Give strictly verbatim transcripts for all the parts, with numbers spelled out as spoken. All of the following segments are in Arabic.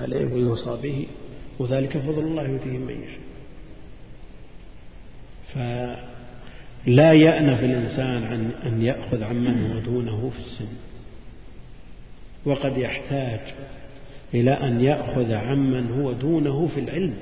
عليه ويوصى به، وذلك فضل الله يؤتيه من يشاء. فلا يأنف الإنسان عن أن يأخذ عمن هو دونه في السن، وقد يحتاج إلى أن يأخذ عمن هو دونه في العلم،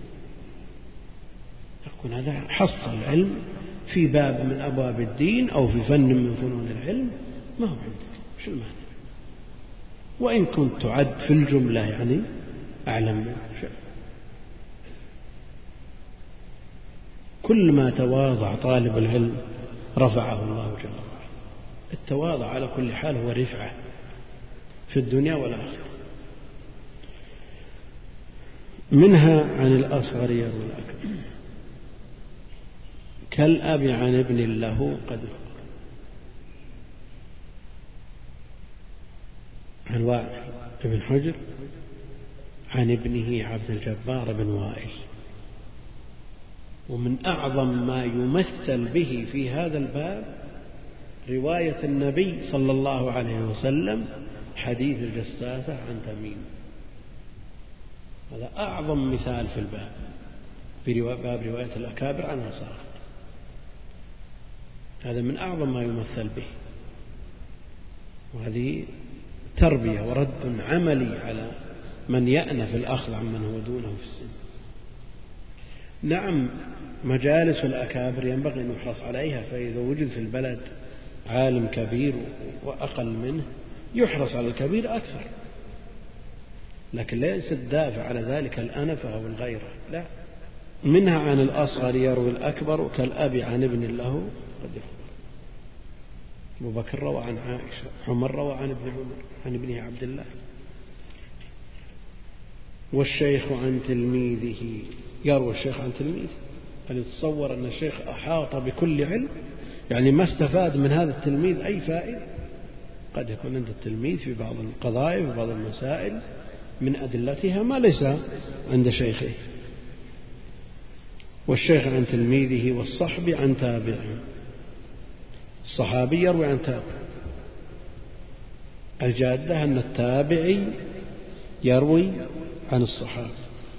يكون هذا حصل العلم في باب من أبواب الدين أو في فن من فنون العلم، ما هو عندك شو المانع؟ وإن كنت تعد في الجملة يعني أعلم منه شيء. كل ما تواضع طالب العلم رفعه الله جل وعلا. التواضع على كل حال هو رفعة في الدنيا والآخرة. منها عن الأصغر يروي الأكبر كالأب عن ابن له قد عن وائل بن حجر عن ابنه عبد الجبار بن وائل. ومن أعظم ما يمثل به في هذا الباب رواية النبي صلى الله عليه وسلم حديث الجساسة عن تميم. هذا أعظم مثال في الباب، في باب رواية الأكابر عن الأصغر. هذا من أعظم ما يمثل به، وهذه تربية ورد عملي على من يأنف الأخذ عمن هو دونه في السن. نعم، مجالس الأكابر ينبغي أن يحرص عليها، فإذا وجد في البلد عالم كبير وأقل منه يحرص على الكبير أكثر، لكن ليس الدافع على ذلك الأنفة أو الغيرة، لا. منها عن الأصغر يروي الأكبر كالأب عن ابن له قد يخبر. أبو بكر روى عن عائشة، عمر روى عن ابن عمر عن ابنه عبد الله. والشيخ عن تلميذه يروي الشيخ عن تلميذه. هل يتصور أن الشيخ أحاط بكل علم، يعني ما استفاد من هذا التلميذ أي فائدة؟ قد يكون عند التلميذ في بعض القضايا وفي بعض المسائل من أدلتها ما ليس عند شيخه. والشيخ عن تلميذه والصحب عن تابعه. الصحابي يروي عن تابع. الجادة أن التابعي يروي عن الصحابي،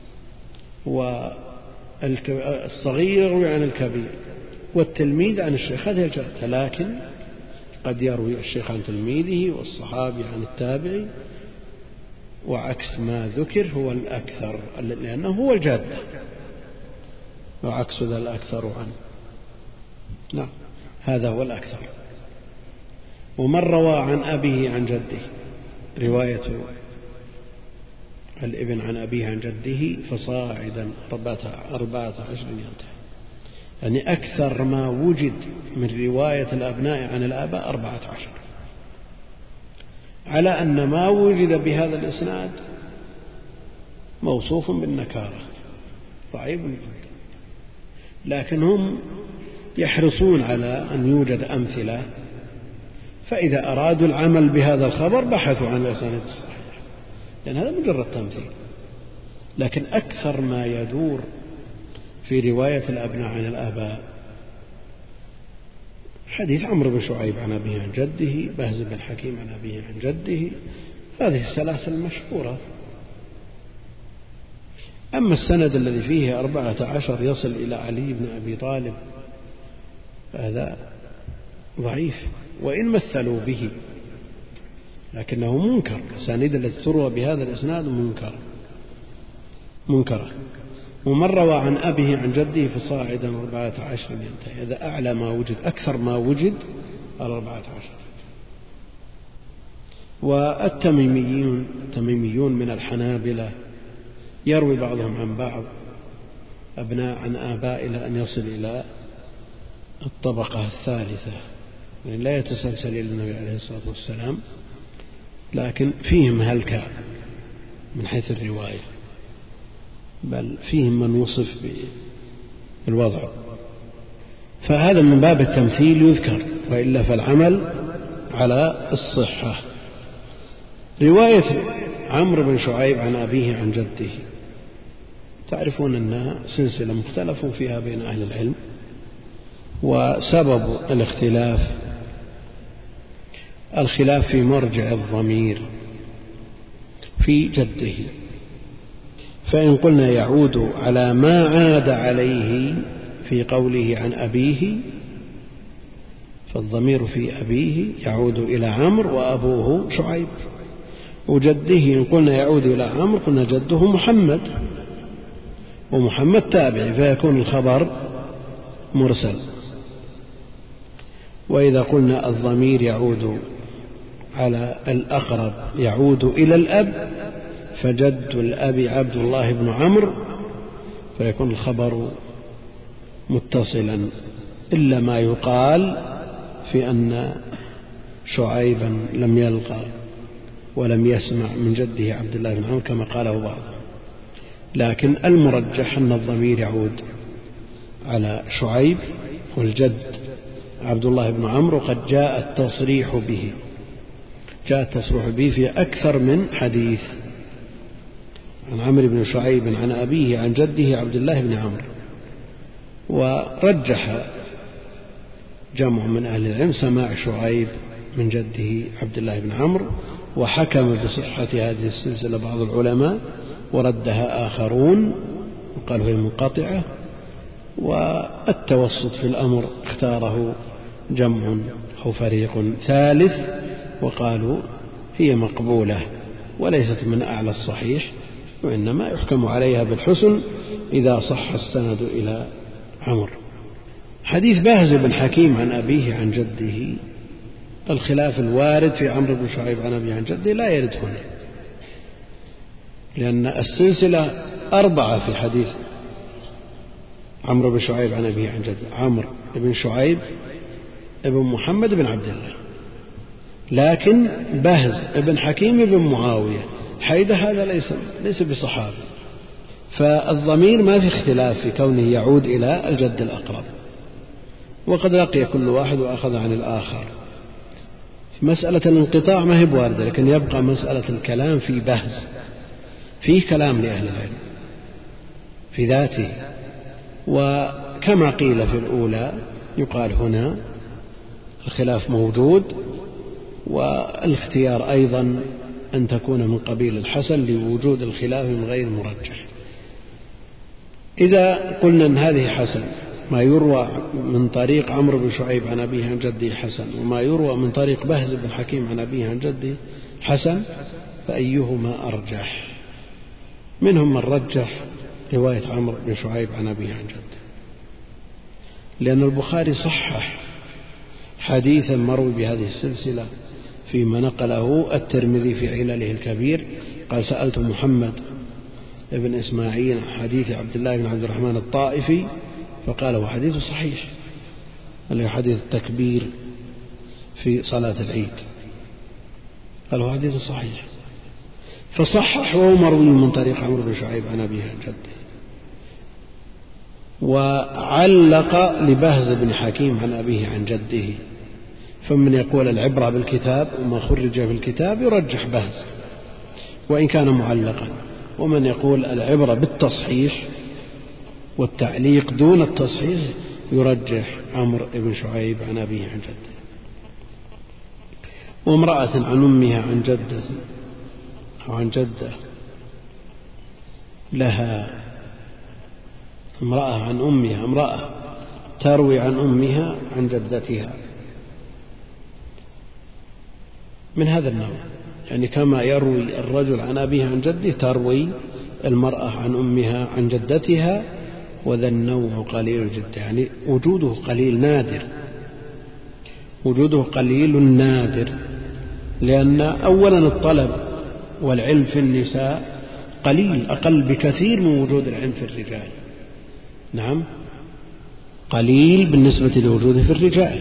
والصغير يروي عن الكبير، والتلميذ عن الشيخ. هذه الجادة. لكن قد يروي الشيخ عن تلميذه والصحابي عن التابعي، وعكس ما ذكر هو الأكثر، لأنه هو الجادة، وعكس ذا الأكثر عنه. نعم، هذا هو الأكثر. ومن روى عن أبيه عن جده، رواية الابن عن أبيه عن جده فصاعدا أربعة عشر ينتهي، يعني أكثر ما وجد من رواية الأبناء عن الآباء أربعة عشر، على أن ما وجد بهذا الإسناد موصوف بالنكارة ضعيف جدا، لكن هم يحرصون على أن يوجد أمثلة، فإذا أرادوا العمل بهذا الخبر بحثوا عن الأسانيد الصحيحة، لأن هذا مجرد تمثيل. لكن أكثر ما يدور في رواية الأبناء عن الآباء حديث عمرو بن شعيب عن أبيه عن جده، بهز بن حكيم عن أبيه عن جده، هذه السلاسل المشهورة. أما السند الذي فيه أربعة عشر يصل إلى علي بن أبي طالب هذا ضعيف، وإن مثلوا به لكنه منكر. الأسانيد التي تروى بهذا الإسناد منكر منكرة. ومن روى عن أبيه عن جده فصاعدا أربعة عشر ينتهي، هذا أعلى ما وجد، أكثر ما وجد الأربعة عشر. والتميميون التميميون من الحنابلة يروي بعضهم عن بعض أبناء عن آباء إلى أن يصل إلى الطبقة الثالثة، يعني لا يتسلسل إلى النبي عليه الصلاة والسلام، لكن فيهم هلكة من حيث الرواية، بل فيهم من وصف بالوضع. فهذا من باب التمثيل يذكر، وإلا فالعمل على الصحة. رواية عمرو بن شعيب عن أبيه عن جده تعرفون أنها سلسلة مختلف فيها بين أهل العلم، وسبب الاختلاف الخلاف في مرجع الضمير في جده. فإن قلنا يعود على ما عاد عليه في قوله عن أبيه، فالضمير في أبيه يعود إلى عمرو وأبوه شعيب، وجده إن قلنا يعود إلى عمرو قلنا جده محمد، ومحمد تابع فيكون الخبر مرسل. وإذا قلنا الضمير يعود على الأقرب يعود إلى الأب، فجد الأب عبد الله بن عمرو، فيكون الخبر متصلا، إلا ما يقال في أن شعيبا لم يلقى ولم يسمع من جده عبد الله بن عمرو كما قاله بعض، لكن المرجح أن الضمير يعود على شعيب، والجد عبد الله بن عمرو قد جاء التصريح به جاء التصريح به في أكثر من حديث عن عمرو بن شعيب عن أبيه عن جده عبد الله بن عمرو. ورجح جمع من أهل العلم سماع شعيب من جده عبد الله بن عمرو، وحكم بصحة هذه السلسلة بعض العلماء وردها آخرون وقالوا هي منقطعة، والتوسط في الأمر اختاره جمع أو فريق ثالث وقالوا هي مقبولة وليست من أعلى الصحيح، وإنما يحكم عليها بالحسن إذا صح السند إلى عمرو. حديث باهز بن حكيم عن أبيه عن جده، الخلاف الوارد في عمرو بن شعيب عن أبيه عن جده لا يرد هنا، لأن السلسلة أربعة في حديث عمرو بن شعيب عن أبيه عن جده: عمرو بن شعيب ابن محمد بن عبد الله، لكن بهز ابن حكيم بن معاوية حيدة هذا ليس ليس بصحابي، فالضمير ما في اختلاف في كونه يعود إلى الجد الأقرب، وقد لقي كل واحد وأخذ عن الآخر. مسألة الانقطاع ما هي بواردة، لكن يبقى مسألة الكلام في بهز، فيه كلام لأهل العلم في ذاته، وكما قيل في الأولى يقال هنا الخلاف موجود، والاختيار أيضا أن تكون من قبيل الحسن لوجود الخلاف من غير مرجح. إذا قلنا أن هذه حسن، ما يروى من طريق عمرو بن شعيب عن أبيه عن جده حسن، وما يروى من طريق بهز بن حكيم عن أبيه عن جده حسن، فأيهما أرجح؟ منهم من رجح رواية عمرو بن شعيب عن أبيه عن جده، لأن البخاري صحح حديثا مروي بهذه السلسلة فيما نقله الترمذي في علله الكبير، قال: سألت محمد ابن إسماعيل عن حديث عبد الله بن عبد الرحمن الطائفي فقال هو حديث صحيح، اللي هو حديث التكبير في صلاة العيد، قال هو حديث صحيح، فصحح وهو مروي من طريق عمرو بن شعيب عن أبيه عن جده. وعلق لبهز بن حكيم عن أبيه عن جده، فمن يقول العبرة بالكتاب وما خرج في الكتاب يرجح بهز وإن كان معلقا، ومن يقول العبرة بالتصحيح والتعليق دون التصحيح يرجح عمرو بن شعيب عن أبيه عن جده. وامرأة عن أمها عن جدة أو عن جدة لها امرأة عن أمها، امرأة تروي عن أمها عن جدتها، من هذا النوع، يعني كما يروي الرجل عن أبيه عن جده تروي المرأة عن أمها عن جدتها، وذا النوع قليل جدا، يعني وجوده قليل نادر، وجوده قليل نادر، لأن أولا الطلب والعلم في النساء قليل، أقل بكثير من وجود العلم في الرجال. نعم، قليل بالنسبة لوجوده في الرجال،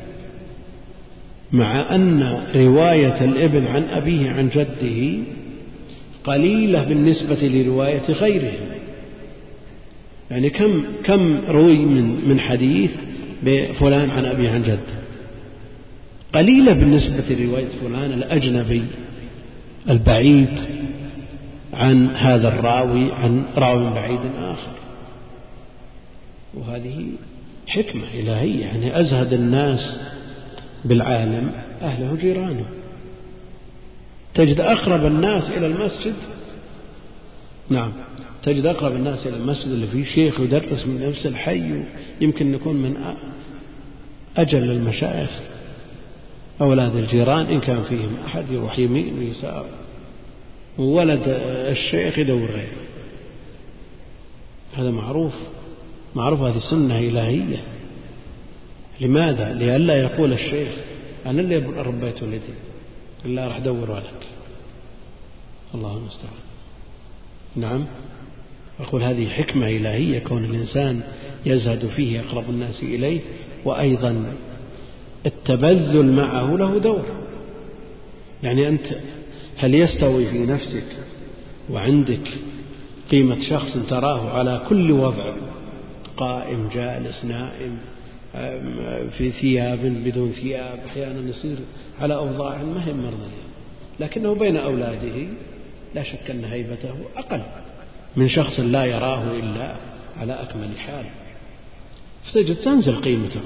مع أن رواية الابن عن أبيه عن جده قليلة بالنسبة لرواية غيره. يعني كم كم روي من من حديث بفلان عن أبيه عن جده، قليلة بالنسبة لرواية فلان الأجنبي البعيد عن هذا الراوي عن راوي بعيد آخر. وهذه حكمة إلهية، يعني أزهد الناس بالعالم أهله جيرانه، تجد أقرب الناس إلى المسجد نعم، تجد أقرب الناس إلى المسجد اللي فيه شيخ يدرس من نفس الحي، يمكن يكون من أجل المشايخ أولاد الجيران إن كان فيهم أحد يروح يمين ويسار، وولد الشيخ يدور غيره. هذا معروف معروف هذه سنة إلهية. لماذا؟ لئلا يقول الشيخ أنا اللي ربيت ولدي، إلا راح دور ولد. الله المستعان. نعم، أقول هذه حكمة إلهية، كون الإنسان يزهد فيه أقرب الناس إليه، وأيضا التبذل معه له دور. يعني أنت هل يستوي في نفسك وعندك قيمة شخص تراه على كل وضع، قائم جالس نائم في ثياب بدون ثياب، أحيانا يصير على أوضاع ما هي مرضية، لكنه بين أولاده لا شك أن هيبته أقل من شخص لا يراه إلا على أكمل حال، فتجد تنزل قيمته.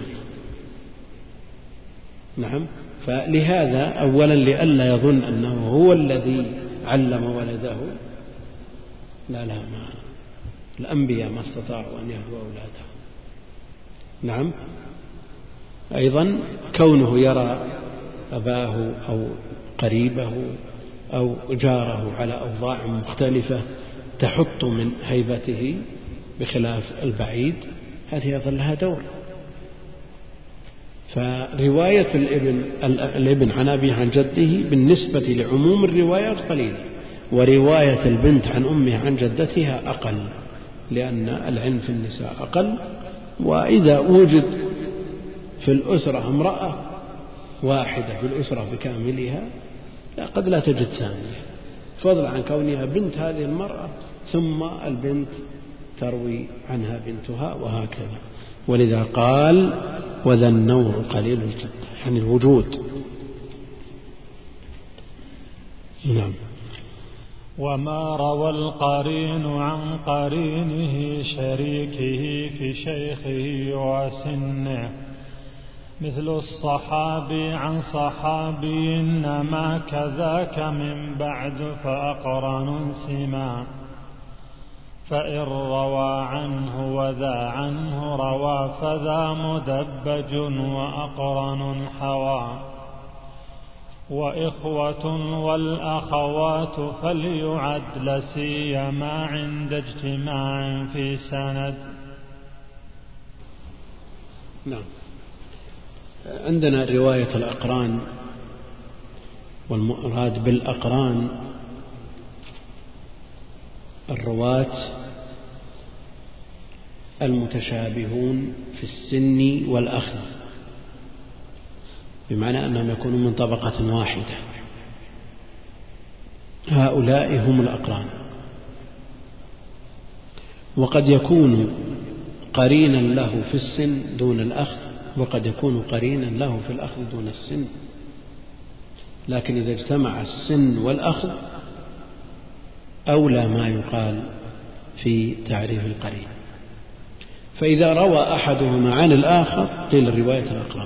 نعم، فلهذا أولا لئلا يظن أنه هو الذي علم ولده، لا لا ما الأنبياء ما استطاعوا أن يهدوا أولادهم. نعم، أيضا كونه يرى أباه أو قريبه أو جاره على أوضاع مختلفة تحط من هيبته بخلاف البعيد، هذه يظل لها دور. فرواية الابن, الابن عن أبيه عن جده بالنسبة لعموم الروايات قليلة، ورواية البنت عن أمها عن جدتها أقل، لأن العلم في النساء أقل. وإذا وجد في الأسرة امرأة واحدة في الأسرة بكاملها لا قد لا تجد ثانية، فضلا عن كونها بنت هذه المرأة ثم البنت تروي عنها بنتها وهكذا. ولذا قال وذا النوع قليل الجدة، يعني الوجود. نعم. وما روى القرين عن قرينه شريكه في شيخه وسنه، مثل الصحابي عن صحابي إنما كذاك من بعد فأقرن سما، فإن روى عنه وذا عنه روى فذا مدبج وأقرن حوى. وإخوة والأخوات فليعد لسيما عند اجتماع في سند. نعم، عندنا رواية الأقران، والمراد بالأقران الرواة المتشابهون في السن والأخذ، بمعنى أنهم يكونوا من طبقة واحدة، هؤلاء هم الأقران. وقد يكون قرينا له في السن دون الأخذ، وقد يكون قرينا له في الأخذ دون السن، لكن إذا اجتمع السن والأخذ أولى ما يقال في تعريف القرين. فإذا روى أحدهما عن الآخر قيل رواية الأقران،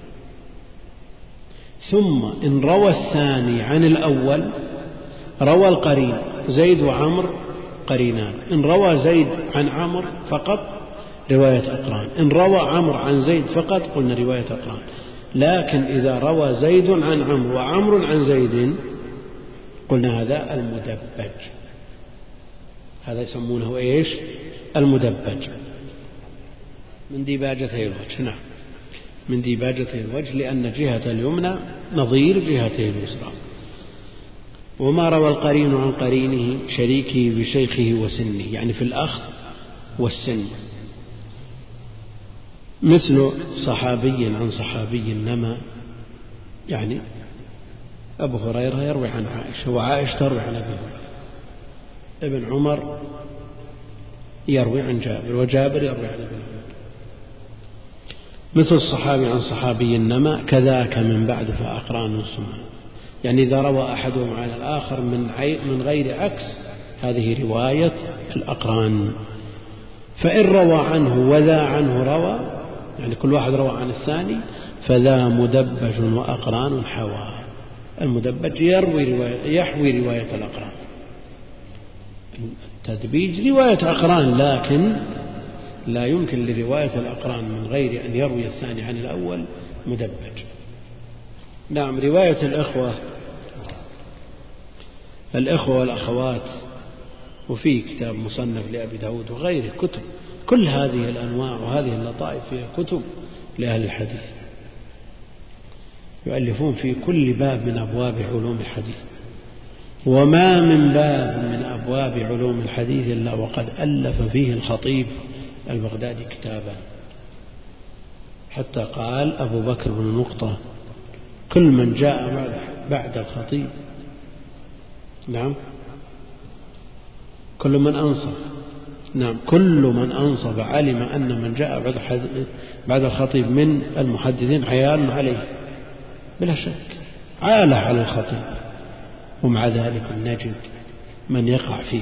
ثم إن روى الثاني عن الأول روى القرين، زيد وعمر قرينان، إن روى زيد عن عمر فقط رواية أقران، إن روى عمر عن زيد فقط قلنا رواية أقران. لكن إذا روى زيد عن عمر وعمر عن زيد قلنا هذا المدبج، هذا يسمونه إيش؟ المدبج، من ديباجتي الوجه. نعم، من ديباجتي الوجه، لأن جهة اليمنى نظير جهته اليسرى. وما روى القرين عن قرينه شريكه بشيخه وسنه، يعني في الأخذ والسن، مثل صحابي عن صحابي نما، يعني أبو هريرة يروي عن عائشة، وعائشة تروي عن أبي هريرة، ابن عمر يروي عن جابر، وجابر يروي عن ابن عمر. مثل الصحابي عن صحابي نما كذاك من بعد فأقران سما، يعني إذا روى أحدهم عن الآخر من من غير عكس، هذه رواية الأقران. فإن روى عنه وذا عنه روى، يعني كل واحد روى عن الثاني، فذا مدبج وأقران حوى. المدبج يروي رواية يحوي رواية الأقران، التدبيج رواية أقران، لكن لا يمكن لرواية الأقران من غير أن يروي الثاني عن الأول مدبج. نعم. رواية الإخوة الإخوة والأخوات، وفي كتاب مصنف لأبي داود وغيره كتب، كل هذه الأنواع وهذه اللطائف فيها كتب لأهل الحديث يؤلفون في كل باب من أبواب علوم الحديث. وما من باب من أبواب علوم الحديث إلا وقد ألف فيه الخطيب البغدادي كتابا، حتى قال أبو بكر بن نقطة: كل من جاء بعد الخطيب، نعم، كل من أنصف، نعم، كل من أنصف علم أن من جاء بعد الخطيب من المحدثين عيان عليه بلا شك، عاله على الخطيب. ومع ذلك نجد من يقع فيه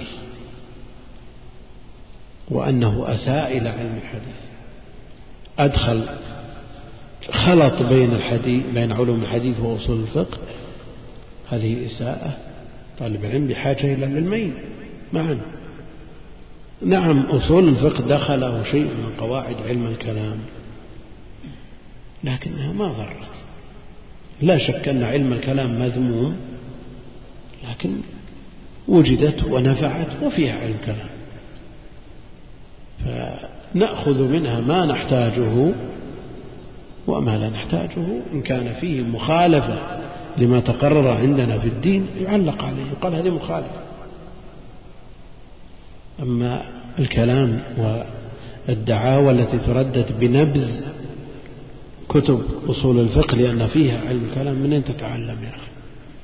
وأنه أساء إلى علم الحديث، أدخل خلط بين الحديث بين علوم الحديث وأصول الفقه. هذه إساءة. طالب العلم بحاجة إلى العلمين معا. نعم، أصول الفقه دخله شيء من قواعد علم الكلام، لكنها ما ضرت. لا شك أن علم الكلام مذموم، لكن وجدت ونفعت وفيها علم كلام، فنأخذ منها ما نحتاجه وما لا نحتاجه. إن كان فيه مخالفة لما تقرر عندنا في الدين يعلق عليه، يقال هذه مخالفة. أما الكلام والدعاوى التي تردد بنبذ كتب أصول الفقه لأن فيها علم الكلام، من أين تتعلم يا أخي؟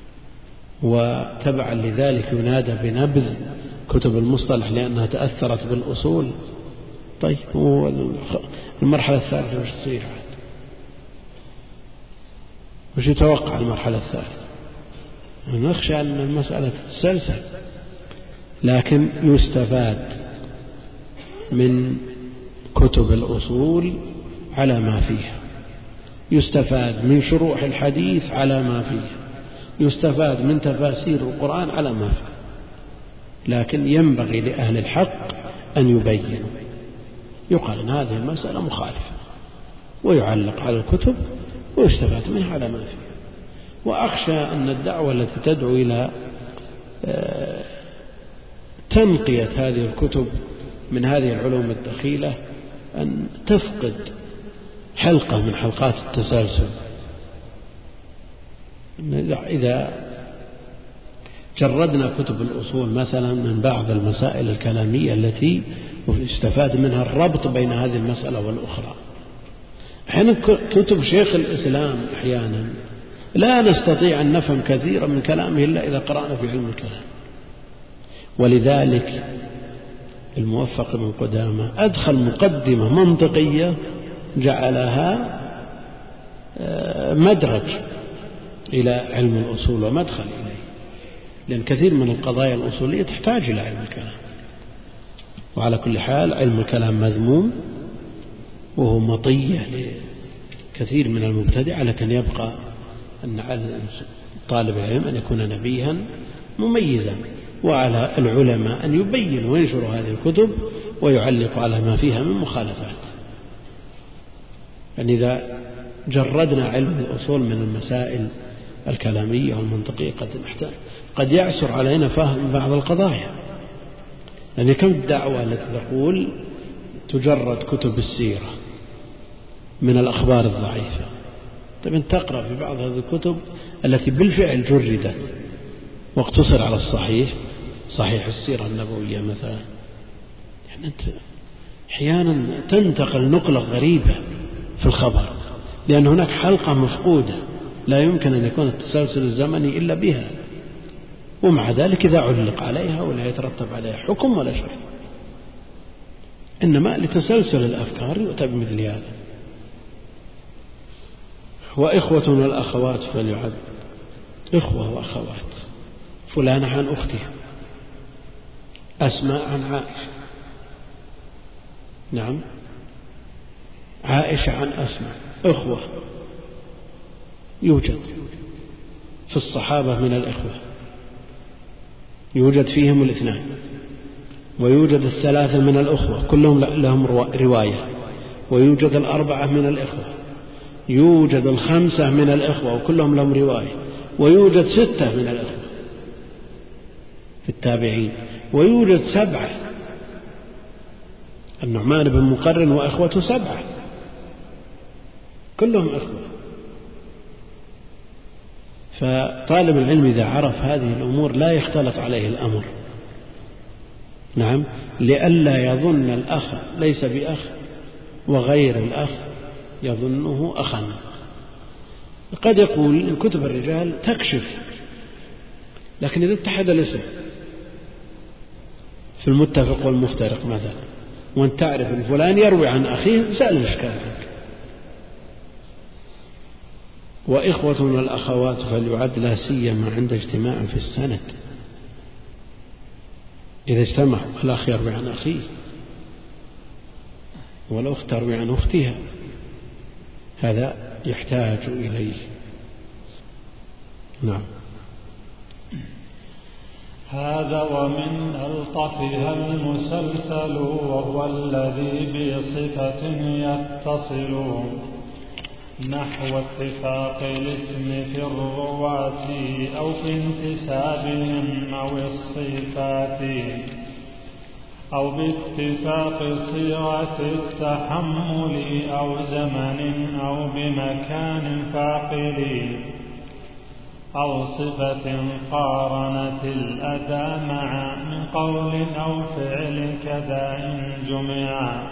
وتبعا لذلك ينادى بنبذ كتب المصطلح لأنها تأثرت بالأصول. طيب، المرحلة الثالثة وش تصير عاد؟ وش يتوقع المرحلة الثالثة؟ نخشى أن المسألة تتسلسل، لكن يستفاد من كتب الأصول على ما فيها، يستفاد من شروح الحديث على ما فيه، يستفاد من تفاسير القرآن على ما فيه، لكن ينبغي لأهل الحق أن يبينوا. يقال أن هذه المسألة مخالفة، ويعلق على الكتب ويستفاد منها على ما فيه. وأخشى أن الدعوة التي تدعو إلى تنقية هذه الكتب من هذه العلوم الدخيلة أن تفقد حلقة من حلقات التسلسل. إذا جردنا كتب الأصول مثلا من بعض المسائل الكلامية التي يستفاد منها الربط بين هذه المسألة والأخرى، أحيانا كتب شيخ الإسلام أحيانا لا نستطيع أن نفهم كثيرا من كلامه إلا إذا قرأنا في علم الكلام. ولذلك الموفق بن قدامة أدخل مقدمة منطقية جعلها مدرج إلى علم الأصول ومدخل إليه، لأن كثير من القضايا الأصولية تحتاج إلى علم الكلام. وعلى كل حال علم الكلام مذموم وهو مطية لكثير من المبتدع، لكن يبقى أن على طالب العلم أن يكون نبيها مميزا، وعلى العلماء أن يبين وينشروا هذه الكتب ويعلق على ما فيها من مخالفات. يعني إذا جردنا علم الأصول من المسائل الكلامية والمنطقية قد نحتاج قد يعسر علينا فهم بعض القضايا. يعني كم الدعوة التي تقول تجرد كتب السيرة من الأخبار الضعيفة. طيب أنت تقرأ في بعض هذه الكتب التي بالفعل جردت واقتصر على الصحيح، صحيح السيرة النبوية مثلا، يعني أنت أحيانا تنتقل نقلة غريبة في الخبر لأن هناك حلقة مفقودة لا يمكن أن يكون التسلسل الزمني إلا بها، ومع ذلك إذا علق عليها ولا يترتب عليها حكم ولا شيء، إنما لتسلسل الأفكار يؤتى بمثل هذا. وإخوة والأخوات فليعد إخوة وأخوات، فلان عن أختها، أسماء عن عائشة، نعم، عائشة عن أسماء، إخوة يوجد في الصحابة من الإخوة، يوجد فيهم الاثنان ويوجد الثلاثة من الأخوة كلهم لهم رواية، ويوجد الأربعة من الإخوة، يوجد الخمسة من الإخوة وكلهم لهم رواية، ويوجد ستة من الإخوة في التابعين، ويوجد سبعة، النعمان بن مقرن وإخوته سبعة كلهم إخوة. فطالب العلم إذا عرف هذه الأمور لا يختلط عليه الأمر، نعم، لئلا يظن الأخ ليس بأخ وغير الأخ يظنه أخا. قد يقول إن كتب الرجال تكشف، لكن إذا اتحد الاسم في المتفق والمفترق مثلا، وأن تعرف أن فلان يروي عن أخيه، سأل الإشكال عنك. وإخوة والأخوات فليعد لا سيما عند اجتماع في السند، إذا اجتمع الأخ يروي عن أخيه والأخت تروي عن أختها، هذا يحتاج إليه. نعم. هذا ومن ألطفها المسلسل، وهو الذي بصفة يتصل، نحو اتفاق الاسم في الرواة أو في انتسابهم أو الصفات، أو باتفاق صيغة التحمل أو زمن أو بمكان فاقل، أو صفة قارنت الأداء مع من قول أو فعل كذا إن جمع.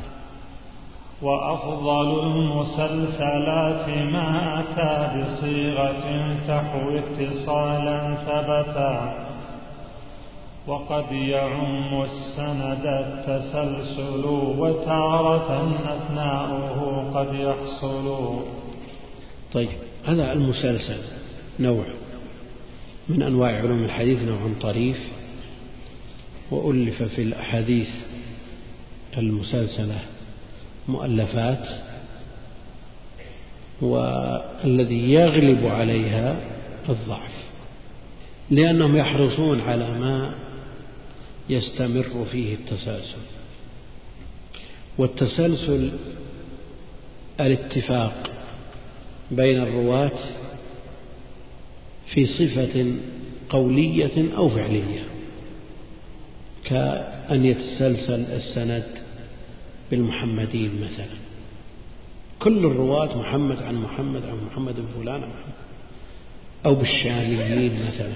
وأفضل المسلسلات ما أتى بصيغة تحوي اتصالا ثبتا، وقد يعم السند التسلسل، وتارة أثناؤه قد يحصل. طيب، هذا المسلسل نوع من أنواع علوم الحديث، نوع طريف، وألف في الأحاديث المسلسلة مؤلفات، والذي يغلب عليها الضعف، لأنهم يحرصون على ما يستمر فيه التسلسل. والتسلسل الاتفاق بين الرواة في صفة قولية أو فعلية، كأن يتسلسل السند بالمحمدين مثلا، كل الرواة محمد عن محمد عن محمد فلان عن محمد، أو بالشاميين مثلا،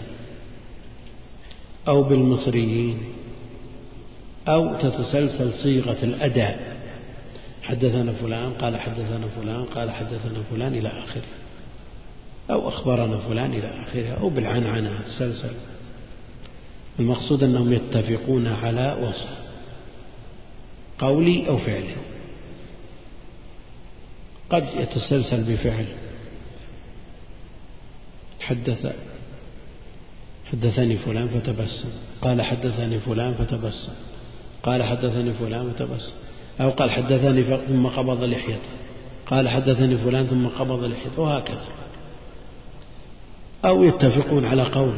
أو بالمصريين، أو تتسلسل صيغة الأداء، حدثنا فلان قال حدثنا فلان قال حدثنا فلان إلى آخره، أو أخبرنا فلان إلى آخره، أو بالعنعنة تسلسل. المقصود أنهم يتفقون على وصف قولي أو فعلي. قد يتسلسل بفعل، حدث حدثني فلان فتبسم، قال حدثني فلان فتبسم، قال حدثني فلان فتبسم، أو قال حدثني ثم قبض لحيته، قال حدثني فلان ثم قبض لحيته، وهكذا. أو يتفقون على قول،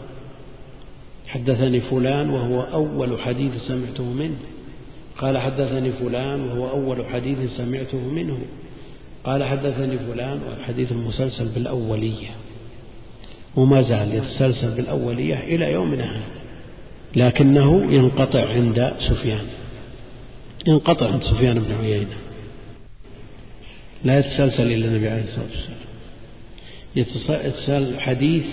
حدثني فلان وهو أول حديث سمعته منه، قال حدثني فلان وهو أول حديث سمعته منه، قال حدثني فلان، والحديث المسلسل بالأولية، وما زال يتسلسل بالأولية إلى يومنا هذا، لكنه ينقطع عند سفيان، ينقطع عند سفيان بن عيينة، لا يتسلسل إلى النبي عليه الصلاة والسلام. يتسلسل حديث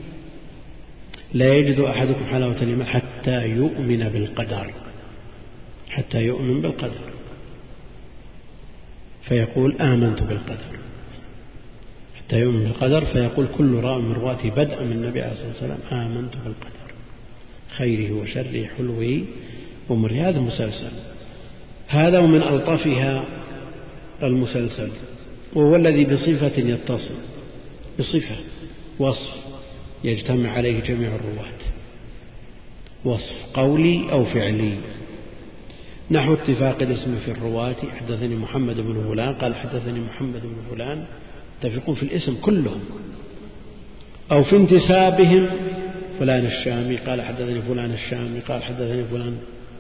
لا يجد أحدكم حلاوة الإيمان حتى يؤمن بالقدر، حتى يؤمن بالقدر، فيقول آمنت بالقدر، حتى يؤمن بالقدر، فيقول كل راء من رواتي بدءا من النبي عليه الصلاة والسلام آمنت بالقدر، خيره وشره حلوه ومره. هذا مسلسل، هذا ومن ألطفها المسلسل، وهو الذي بصفة يتصل، بصفة وصف يجتمع عليه جميع الرواة، وصف قولي أو فعلي، نحو اتفاق الاسم في الرواة، حدثني محمد بن فلان قال حدثني محمد بن فلان، اتفقون في الاسم كلهم، أو في انتسابهم، فلان الشامي قال حدثني فلان الشامي قال حدثني فلان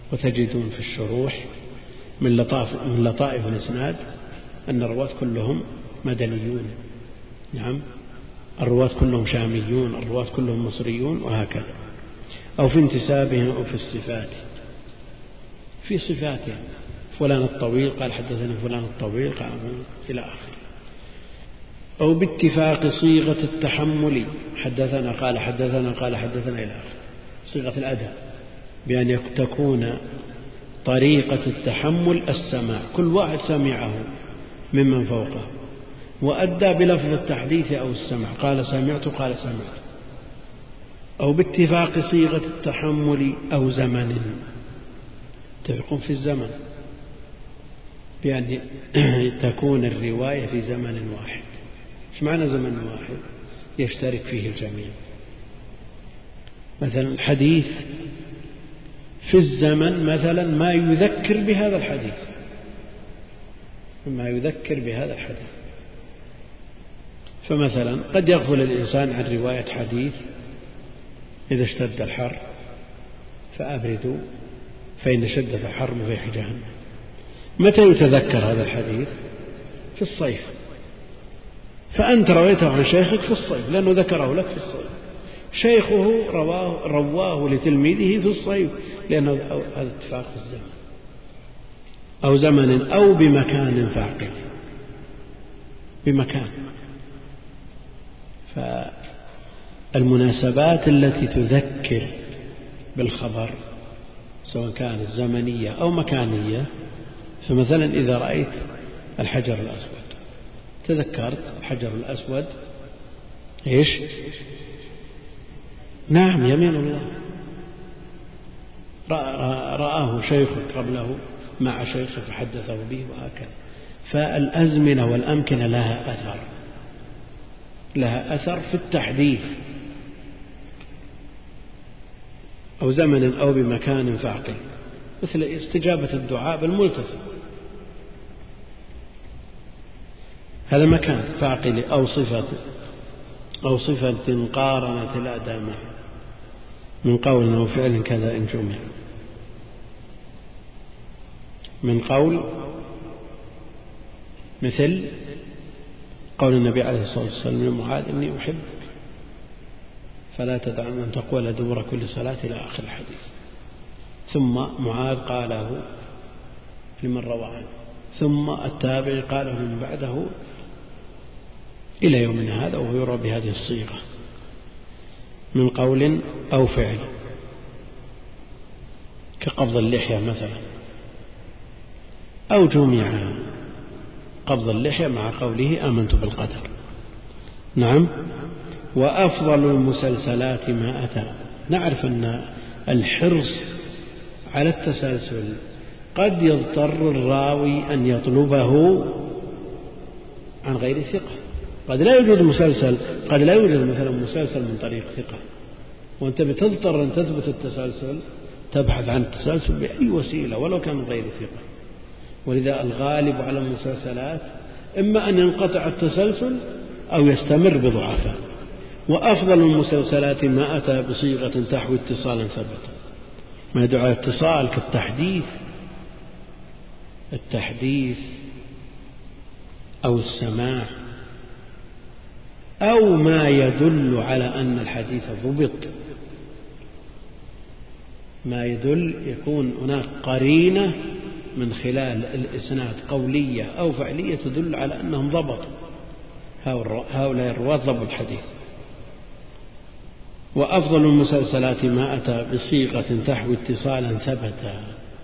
وتجدون في الشروح من لطائف, من لطائف الإسناد أن الرواة كلهم مدنيون، نعم، الرواة كلهم شاميون، الرواة كلهم مصريون، وهكذا. أو في انتسابهم أو في الصفات، في صفاتهم، فلان الطويل قال حدثني فلان الطويل قال إلى آخر. أو باتفاق صيغة التحمل، حدثنا قال حدثنا قال حدثنا إلى آخر، صيغة الأداء، بأن تكون طريقة التحمل السماع، كل واحد سمعه ممن فوقه وأدى بلفظ التحديث أو السمع، قال سمعت قال سمعت. أو باتفاق صيغة التحمل أو زمن، تفقون في الزمن بأن تكون الرواية في زمن واحد. إيش معنى زمن واحد؟ يشترك فيه الجميع. مثلا الحديث في الزمن مثلا ما يذكر بهذا الحديث، ما يذكر بهذا الحديث. فمثلا قد يغفل الإنسان عن رواية حديث إذا اشتد الحر فأبردوا فإن شدة الحر مفيح جهنم. متى يتذكر هذا الحديث؟ في الصيف، فأنت رويته عن شيخك في الصيف لأنه ذكره لك في الصيف، شيخه رواه, رواه لتلميذه في الصيف لأنه هذا اتفاق في الزمن. أو زمن أو بمكان فاعقل، بمكان. فالمناسبات التي تذكر بالخبر سواء كانت زمنية أو مكانية، فمثلا إذا رأيت الحجر الأسود تذكرت الحجر الأسود إيش؟ نعم، يمين الله، رآه شيخك قبله مع شيخه فحدثه به، وهكذا. فالأزمنة والأمكنة لها أثر، لها أثر في التحديث. أو زمن أو بمكان فاعقل، مثل استجابة الدعاء بالملتزم، هذا مكان فاعقل. أو صفة أو صفة قارنت الأداء معه من قول أو فعل كذا إن جمع، من قول مثل قول النبي عليه الصلاة والسلام لمعاذ إني أحبك فلا تدع أن تقول دبر كل صلاة إلى آخر الحديث. ثم معاذ قاله لمن روى عنه، ثم التابعي قاله من بعده إلى يومنا هذا، وهو يروى بهذه الصيغة من قول أو فعل، كقبض اللحية مثلا، أو جمع قبض اللحية مع قوله آمنت بالقدر. نعم. وأفضل المسلسلات ما أتى. نعرف أن الحرص على التسلسل قد يضطر الراوي أن يطلبه عن غير ثقة. قد لا يوجد مسلسل، قد لا يوجد مثلا مسلسل من طريق ثقة، وأنت بتضطر أن تثبت التسلسل، تبحث عن التسلسل بأي وسيلة ولو كان غير ثقة. ولذا الغالب على المسلسلات إما أن ينقطع التسلسل أو يستمر بضعفاء. وأفضل المسلسلات ما أتى بصيغة تحوي اتصالا ثبتا، ما يدعو على اتصال كالتحديث، التحديث أو السماع، أو ما يدل على أن الحديث ضبط، ما يدل يكون هناك قرينة من خلال الإسناد قولية أو فعلية تدل على أنهم ضبطوا، هؤلاء الرواة ضبطوا الحديث. وأفضل المسلسلات ما أتى بصيغة تحوي اتصالا ثبتا،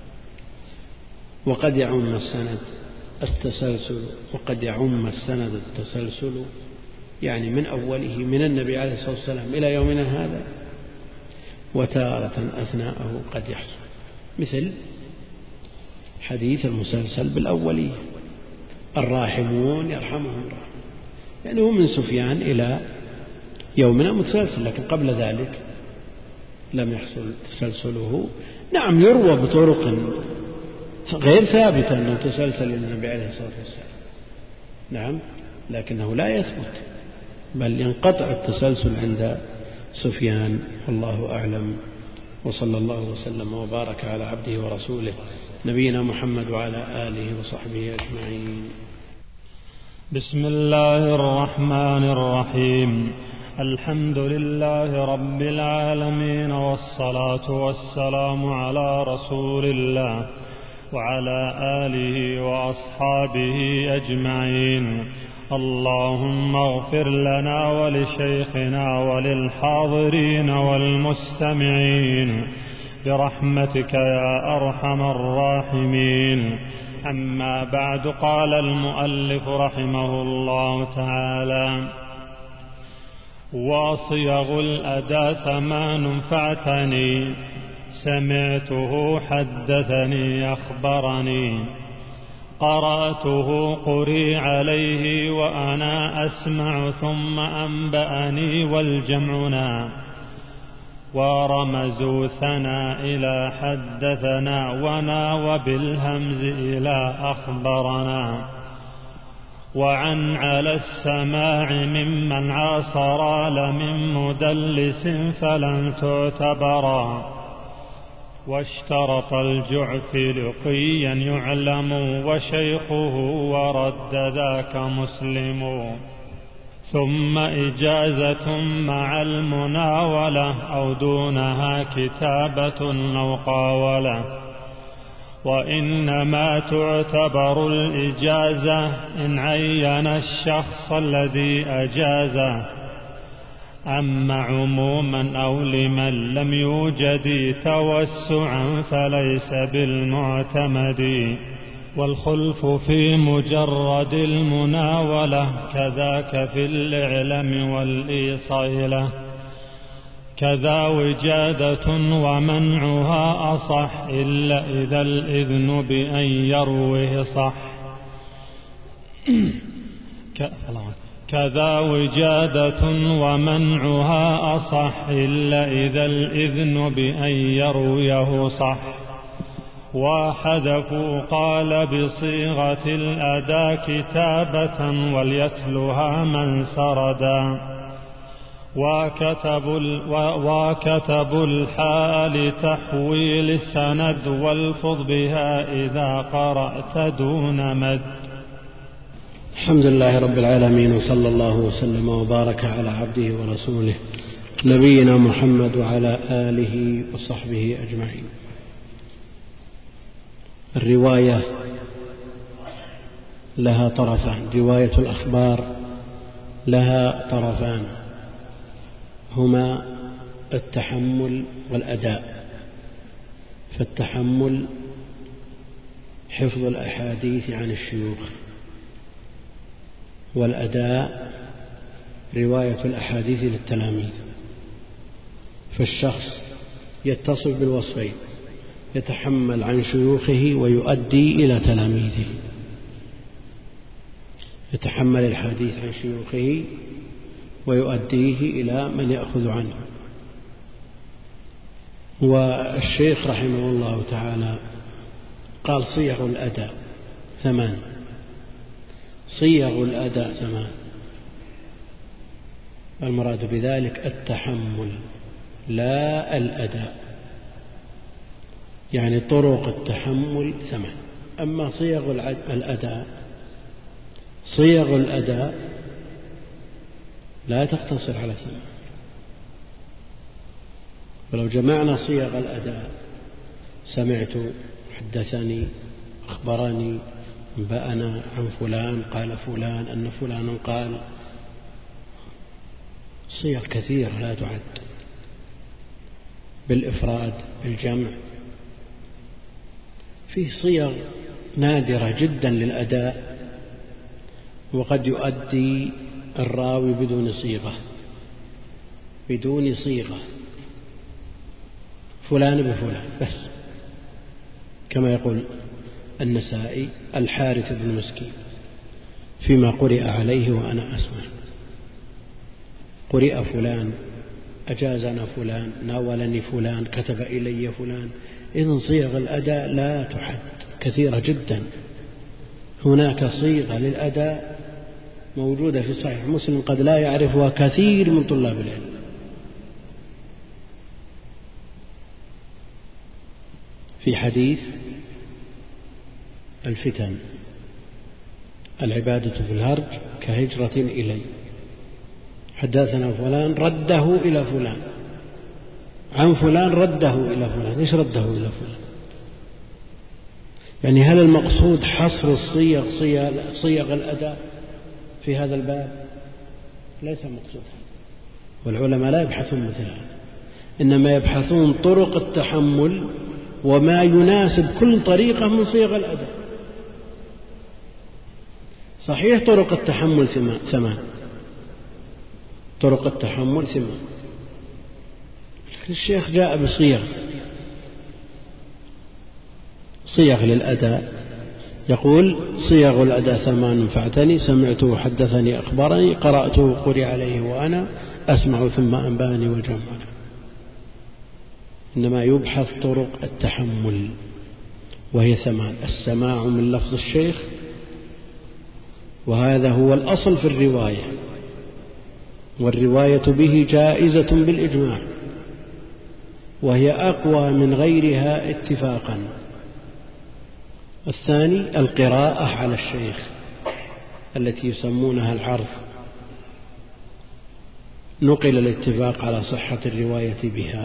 وقد يعم السند التسلسل، وقد يعم السند التسلسل يعني من أوله من النبي عليه الصلاة والسلام إلى يومنا هذا، وتارة أثناءه قد يحصل، مثل حديث المسلسل بالأولية، الراحمون يرحمهم الراحمون، يعني هو من سفيان إلى يومنا متسلسل، لكن قبل ذلك لم يحصل تسلسله. نعم يروى بطرق غير ثابتة أنه تسلسل للنبي عليه الصلاة والسلام، نعم، لكنه لا يثبت، بل ينقطع التسلسل عند سفيان، والله أعلم وصلى الله وسلم وبارك على عبده ورسوله نبينا محمد وعلى آله وصحبه أجمعين. بسم الله الرحمن الرحيم. الحمد لله رب العالمين، والصلاة والسلام على رسول الله وعلى آله وأصحابه أجمعين. اللهم اغفر لنا ولشيخنا وللحاضرين والمستمعين برحمتك يا أرحم الراحمين. أما بعد، قال المؤلف رحمه الله تعالى: وصيغ الأداء ثمان فاعتني، سمعته حدثني أخبرني، قرأته قري عليه وأنا أسمع ثم أنبأني والجمعنا، ورمزوا ثنا إلى حدثنا ونا وبالهمز إلى أخبرنا، وعن على السماع ممن عاصر لمن مدلس فلن تعتبرا، واشترط الجعف لقيا يعلم وشيخه ورد ذاك مسلم، ثم إجازة مع المناولة أو دونها كتابة أو قاولة، وإنما تعتبر الإجازة إن عين الشخص الذي أجازه، أما عموما أو لمن لم يوجد توسعا فليس بالمعتمد، والخلف في مجرد المناولة كذاك في الإعلام والإيصال، كذا وجادة ومنعها أصح إلا إذا الإذن بأن يروه صح، كذا وجادة ومنعها أصح إلا إذا الإذن بأن يرويه صح. وحذفوا قال بصيغة الأداء كتابة وليتلها من سردا، وكتب, وكتب الحال تحويل السند والفظ بها إذا قرأت دون مد. الحمد لله رب العالمين، وصلى الله وسلم وبارك على عبده ورسوله نبينا محمد وعلى آله وصحبه أجمعين. الرواية لها طرفان، رواية الأخبار لها طرفان، هما التحمل والأداء. فالتحمل حفظ الأحاديث عن الشيوخ، والأداء رواية الأحاديث للتلاميذ. فالشخص يتصف بالوصفين، يتحمل عن شيوخه ويؤدي إلى تلاميذه، يتحمل الحديث عن شيوخه ويؤديه إلى من يأخذ عنه. والشيخ رحمه الله تعالى قال صيغ الأداء ثمان، صيغ الأداء ثمان، المراد بذلك التحمل لا الأداء، يعني طرق التحمل ثمان. أما صيغ الأداء، صيغ الأداء لا تقتصر على ثمان. ولو جمعنا صيغ الأداء، سمعت، حدثني، أخبرني، أنبأنا عن فلان، قال فلان أن فلانا قال، صيغ كثيرة لا تعد، بالإفراد بالجمع. فيه صيغ نادرة جدا للأداء، وقد يؤدي الراوي بدون صيغة، بدون صيغة، فلان بفلان بس، كما يقول النسائي: الحارث بن مسكين فيما قرئ عليه وأنا أسمع، قرئ فلان، أجازنا فلان، ناولني فلان، كتب إلي فلان. إذن صيغ الأداء لا تحد، كثيرة جدا. هناك صيغة للأداء موجودة في صحيح مسلم قد لا يعرفها كثير من طلاب العلم. في حديث الفتن: العبادة في الهرج كهجرة إلي. حدثنا فلان رده إلى فلان، عن فلان رده إلى فلان. إيش رده إلى فلان؟ يعني هل المقصود حصر الصيغ صيغ الأداء في هذا الباب؟ ليس مقصود، والعلماء لا يبحثون مثل هذا، إنما يبحثون طرق التحمل وما يناسب كل طريقة من صيغ الأداء. صحيح طرق التحمل ثمان، طرق التحمل ثمان، الشيخ جاء بصيغ صيغ للأداء، يقول: صيغ الأداء ثمان فاعتني، سمعته حدثني أخبرني، قرأته قرئ عليه وأنا أسمع ثم أنباني وجمعني. إنما يبحث طرق التحمل وهي ثمان: السماع من لفظ الشيخ، وهذا هو الأصل في الرواية، والرواية به جائزة بالإجماع، وهي أقوى من غيرها اتفاقا. الثاني القراءة على الشيخ التي يسمونها العرض، نقل الاتفاق على صحة الرواية بها،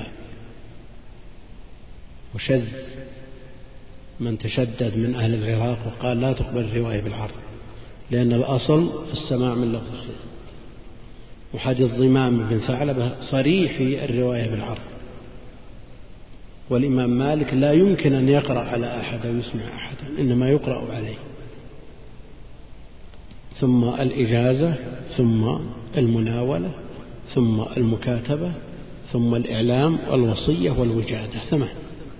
وشذ من تشدد من أهل العراق وقال لا تقبل الرواية بالعرض، لأن الأصل في السماع من لفظ الشيخ. وحديث ضمام بن ثعلبة صريح في الرواية بالعرض، والإمام مالك لا يمكن أن يقرأ على أحد أو يسمع أحدا، إنما يقرأ عليه. ثم الإجازة، ثم المناولة، ثم المكاتبة، ثم الإعلام والوصية والوجادة. ثمان.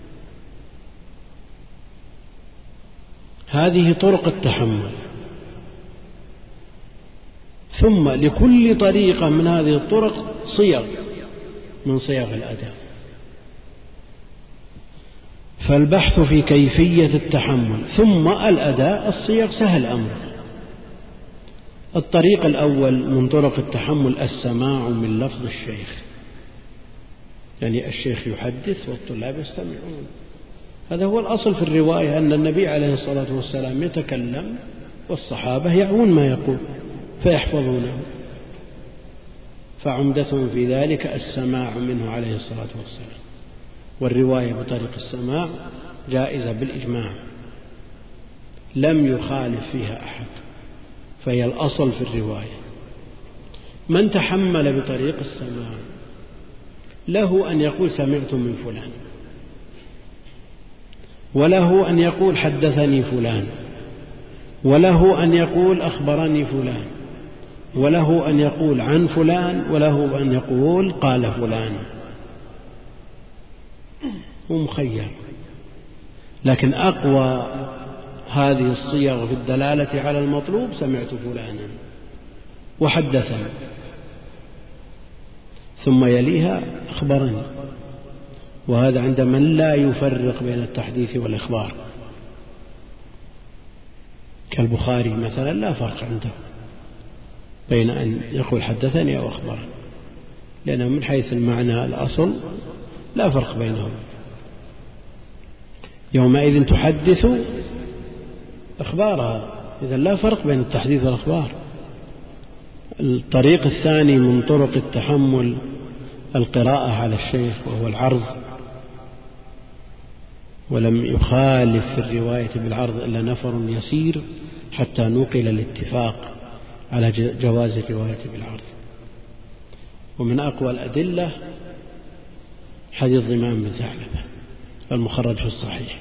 هذه طرق التحمل. ثم لكل طريقة من هذه الطرق صيغ من صيغ الأداء، فالبحث في كيفية التحمل. ثم الأداء الصيغ سهل أمر. الطريق الأول من طرق التحمل السماع من لفظ الشيخ، يعني الشيخ يحدث والطلاب يستمعون. هذا هو الأصل في الرواية، أن النبي عليه الصلاة والسلام يتكلم والصحابة يعون ما يقول فيحفظونه، فعمدتهم في ذلك السماع منه عليه الصلاة والسلام. والرواية بطريق السماع جائزة بالإجماع، لم يخالف فيها أحد، فهي الأصل في الرواية. من تحمل بطريق السماع له أن يقول سمعت من فلان، وله أن يقول حدثني فلان، وله أن يقول أخبرني فلان، وله أن يقول عن فلان، وله أن يقول قال فلان، هو مخير. لكن أقوى هذه الصيغ في الدلالة على المطلوب سمعت فلانا وحدثني، ثم يليها أخبرني. وهذا عند من لا يفرق بين التحديث والإخبار، كالبخاري مثلا لا فرق عنده بين أن يقول حدثني أو أخبرني، لأنه من حيث المعنى الأصل لا فرق بينهم. يومئذ تحدث أخبارها، إذا لا فرق بين التحديث والأخبار. الطريق الثاني من طرق التحمل القراءة على الشيخ، وهو العرض، ولم يخالف في الرواية بالعرض إلا نفر يسير حتى نقل الاتفاق على جواز الرواية بالعرض. ومن أقوى الأدلة حديث ضمام بن ثعلبة المخرج في الصحيح،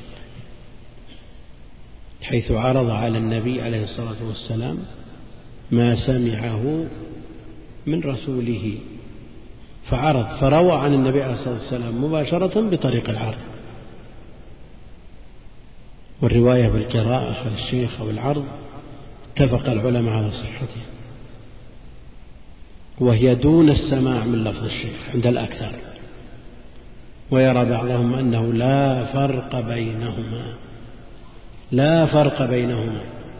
حيث عرض على النبي عليه الصلاة والسلام ما سمعه من رسوله، فعرض فروى عن النبي عليه الصلاة والسلام مباشرة بطريق العرض. والرواية بالقراءة على الشيخ أو العرض اتفق العلماء على صحته، وهي دون السماع من لفظ الشيخ عند الأكثر، ويرى بعضهم أنه لا فرق بينهما، لا فرق بينهما.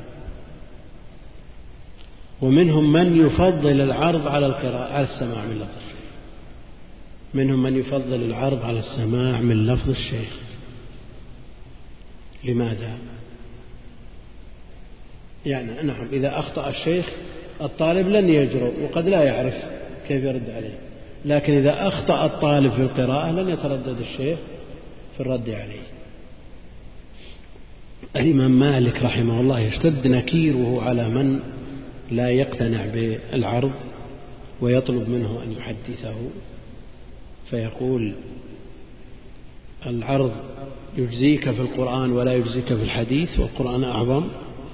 ومنهم من يفضل العرض على القراءة على السماع من لفظ الشيخ، منهم من يفضل العرض على السماع من لفظ الشيخ، لماذا؟ يعني نعم، إذا أخطأ الشيخ الطالب لن يجرؤ وقد لا يعرف كيف يرد عليه، لكن إذا أخطأ الطالب في القراءة لن يتردد الشيخ في الرد عليه. الإمام مالك رحمه الله يشتد نكيره على من لا يقتنع بالعرض ويطلب منه أن يحدثه، فيقول: العرض يجزيك في القرآن ولا يجزيك في الحديث، والقرآن أعظم.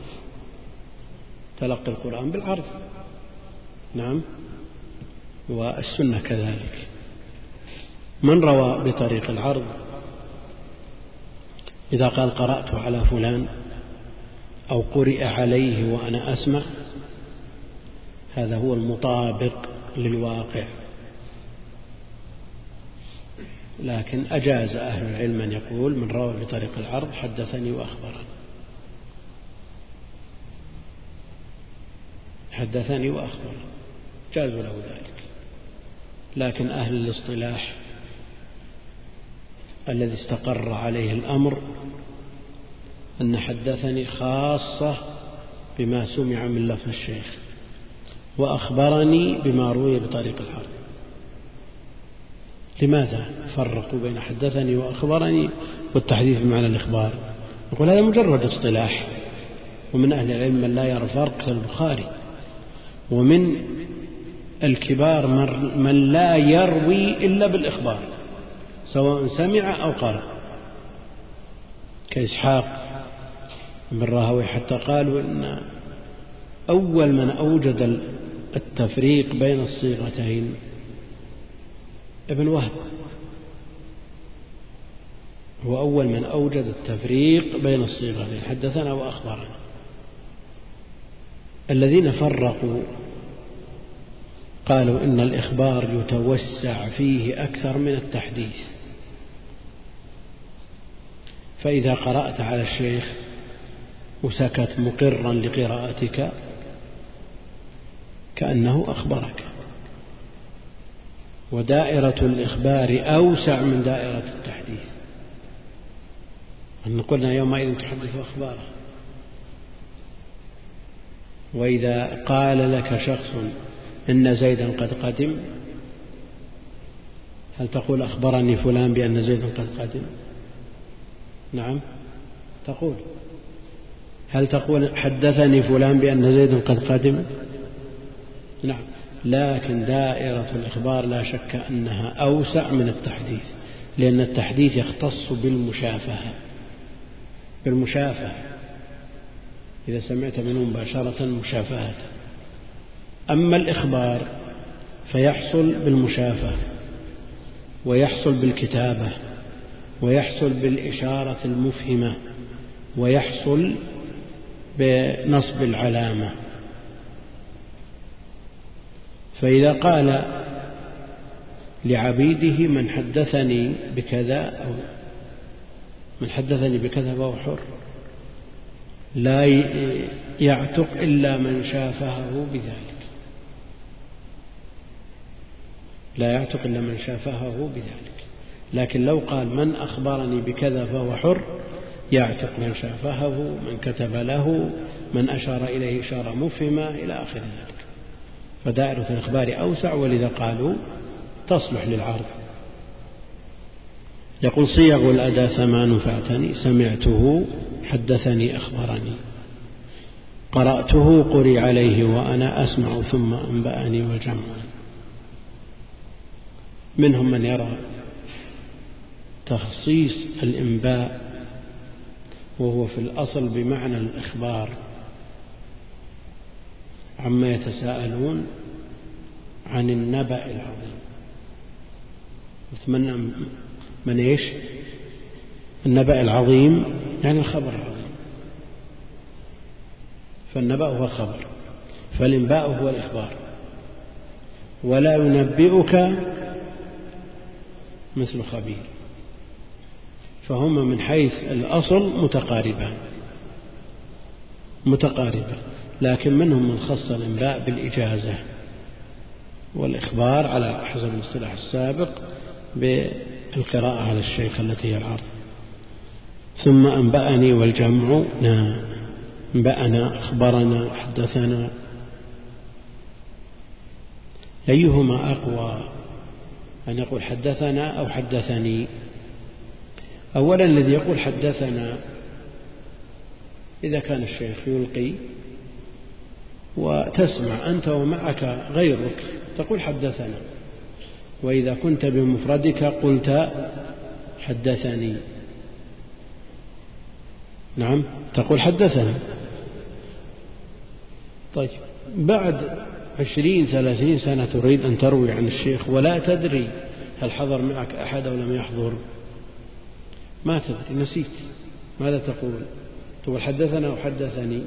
تلقي القرآن بالعرض، نعم، والسنة كذلك. من روى بطريق العرض إذا قال: قرأت على فلان أو قرئ عليه وأنا أسمع، هذا هو المطابق للواقع. لكن أجاز أهل العلم أن يقول من روى بطريق العرض: حدثني وأخبرني، حدثني وأخبرني، جازوا له ذلك. لكن أهل الاصطلاح الذي استقر عليه الأمر أن حدثني خاصة بما سمع من لفظ الشيخ، وأخبرني بما روي بطريق العرض. لماذا فرقوا بين حدثني وأخبرني والتحديث بمعنى الإخبار؟ يقول هذا مجرد اصطلاح، ومن أهل العلم من لا يرى فرق كالبخاري، ومن الكبار من لا يروي إلا بالإخبار سواء سمع أو قرأ، كإسحاق بن راهويه، حتى قالوا إن أول من أوجد التفريق بين الصيغتين ابن وهب، هو أول من أوجد التفريق بين الصيغتين، حدثنا وأخبرنا. الذين فرقوا قالوا إن الإخبار يتوسع فيه أكثر من التحديث، فإذا قرأت على الشيخ وسكت مقرا لقراءتك كأنه أخبرك، ودائرة الإخبار أوسع من دائرة التحديث. أن قلنا يومئذ تحدث أخباره. وإذا قال لك شخص إن زيدا قد قدم، هل تقول أخبرني فلان بأن زيدا قد قدم؟ نعم تقول. هل تقول حدثني فلان بأن زيدا قد قدم؟ نعم. لكن دائرة الإخبار لا شك أنها أوسع من التحديث، لأن التحديث يختص بالمشافهة بالمشافهة إذا سمعت منه مباشرة مشافهة. أما الإخبار فيحصل بالمشافهة، ويحصل بالكتابة، ويحصل بالإشارة المفهمة، ويحصل بنصب العلامة. فإذا قال لعبيده من حدثني بكذا أو من حدثني بكذا فهو حر، لا يعتق إلا من شافهه بذلك، لا يعتق إلا من شافهه بذلك. لكن لو قال من أخبرني بكذا فهو حر، يعتق من شافهه، من كتب له، من أشار إليه إشارة مفهمة، إلى آخر ذلك. فدائرة الإخبار أوسع، ولذا قالوا تصلح للعرض. يقول صيغ الأداء ثمان فاعتني: سمعته، حدثني، أخبرني، قرأته، قرئ عليه وأنا أسمع، ثم أنبأني، وجمع. منهم من يرى تخصيص الإنباء وهو في الأصل بمعنى الإخبار عما يتساءلون عن النبأ العظيم. أتمنى من إيش؟ النبأ العظيم يعني الخبر العظيم، فالنبأ هو الخبر، فالإنباء هو الإخبار. ولا ينبئك مثل خبير، فهم من حيث الأصل متقاربان متقاربة لكن منهم من خص الإنباء بالإجازة، والإخبار على حسب الاصطلاح السابق بالقراءة على الشيخ التي هي العرض. ثم أنبأني والجمع نا، أنبأنا أخبرنا حدثنا، أيهما أقوى؟ أن يقول حدثنا أو حدثني؟ أولا الذي يقول حدثنا إذا كان الشيخ يلقي وتسمع أنت ومعك غيرك تقول حدثنا، وإذا كنت بمفردك قلت حدثني، نعم تقول حدثنا. طيب بعد عشرين ثلاثين سنة تريد أن تروي عن الشيخ ولا تدري هل حضر معك أحد أو لم يحضر، ما تدري، نسيت، ماذا تقول؟ تقول حدثنا أو حدثني؟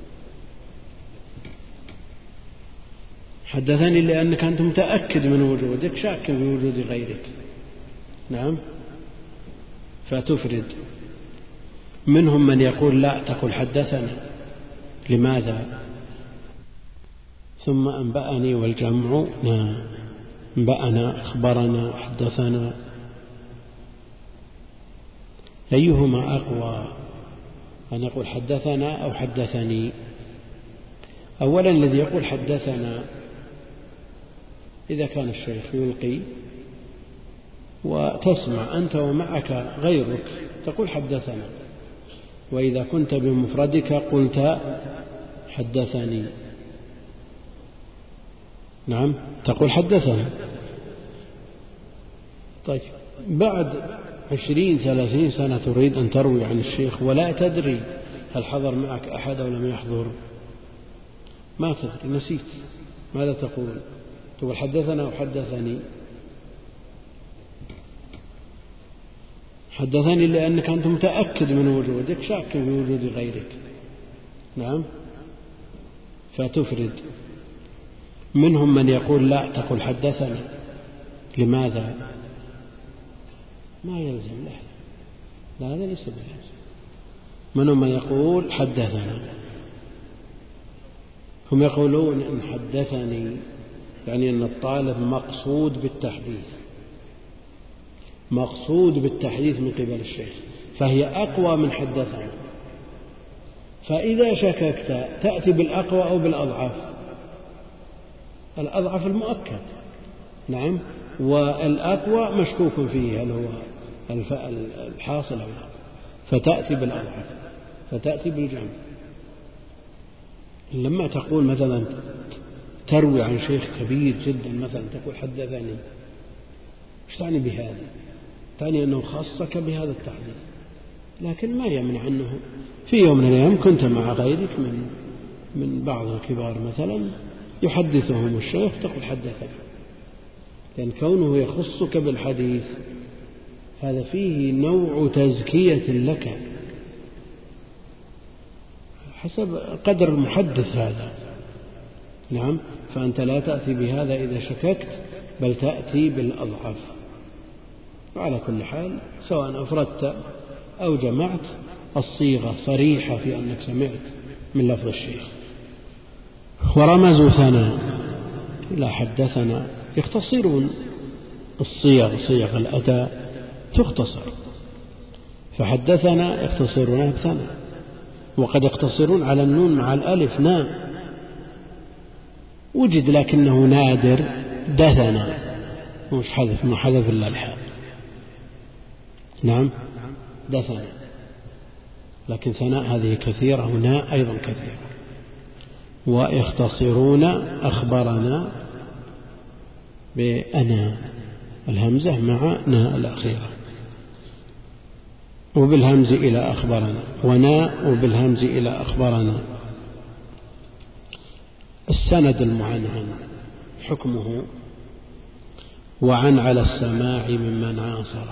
حدثني لأنك أنت متأكد من وجودك، شاك في وجود غيرك، نعم، فتفرد. منهم من يقول لا، تقول حدثنا. لماذا؟ ثم أنبأني والجمع نا، أنبأنا أخبرنا حدثنا، أيهما أقوى؟ أن يقول حدثنا أو حدثني؟ أولا الذي يقول حدثنا إذا كان الشيخ يلقي وتسمع أنت ومعك غيرك تقول حدثنا، وإذا كنت بمفردك قلت حدثني، نعم تقول حدثنا. طيب بعد عشرين ثلاثين سنة تريد أن تروي عن الشيخ ولا تدري هل حضر معك أحد أو لم يحضر، ما تدري، نسيت، ماذا تقول؟ تقول حدثنا أو حدثني؟ حدثني لأنك أنت متأكد من وجودك، شاك في وجود غيرك، نعم، فتفرد. منهم من يقول لا، تقول حدثنا. لماذا؟ ما يلزم له، لا هذا ليس بلازم. منهم من يقول حدثنا، هم يقولون إن حدثني يعني أن الطالب مقصود بالتحديث، مقصود بالتحديث من قبل الشيخ، فهي أقوى من حدثنا. فإذا شككت تأتي بالأقوى أو بالأضعف؟ الأضعف المؤكد، نعم، والأقوى مشكوك فيه هل هو الحاصل أو لا، فتأتي بالأضعف، فتأتي بالجمع. لما تقول مثلا تروي عن شيخ كبير جدا مثلا تقول حدثني، ايش تعني بهذا؟ تعني أنه خصك بهذا التحديث، لكن ما يمنع أنه في يوم من الأيام كنت مع غيرك من من بعض الكبار مثلا يحدثهم الشيخ تقول حدثني، لأن كونه يخصك بالحديث هذا فيه نوع تزكية لك حسب قدر المحدث هذا، نعم، فأنت لا تأتي بهذا إذا شككت، بل تأتي بالأضعف. وعلى كل حال سواء أفردت أو جمعت الصيغة صريحة في أنك سمعت من لفظ الشيخ. ورمزوا ثنا لا حدثنا، يختصرون الصيغ، صيغ الأداء تختصر، فحدثنا يختصرونها بثنا، وقد يقتصرون على النون مع الألف نا، وجد لكنه نادر دثنا، مش حذف، ما حذف إلا الحاء، نعم دثنا، لكن ثناء هذه كثيرة، هنا أيضا كثيرة. ويختصرون أخبرنا بأنا، الهمزة مع نا الأخيرة، وبالهمز إلى أخبرنا، ونا وبالهمز إلى أخبرنا. السند المعنعن حكمه وعن على السماع ممن عاصر،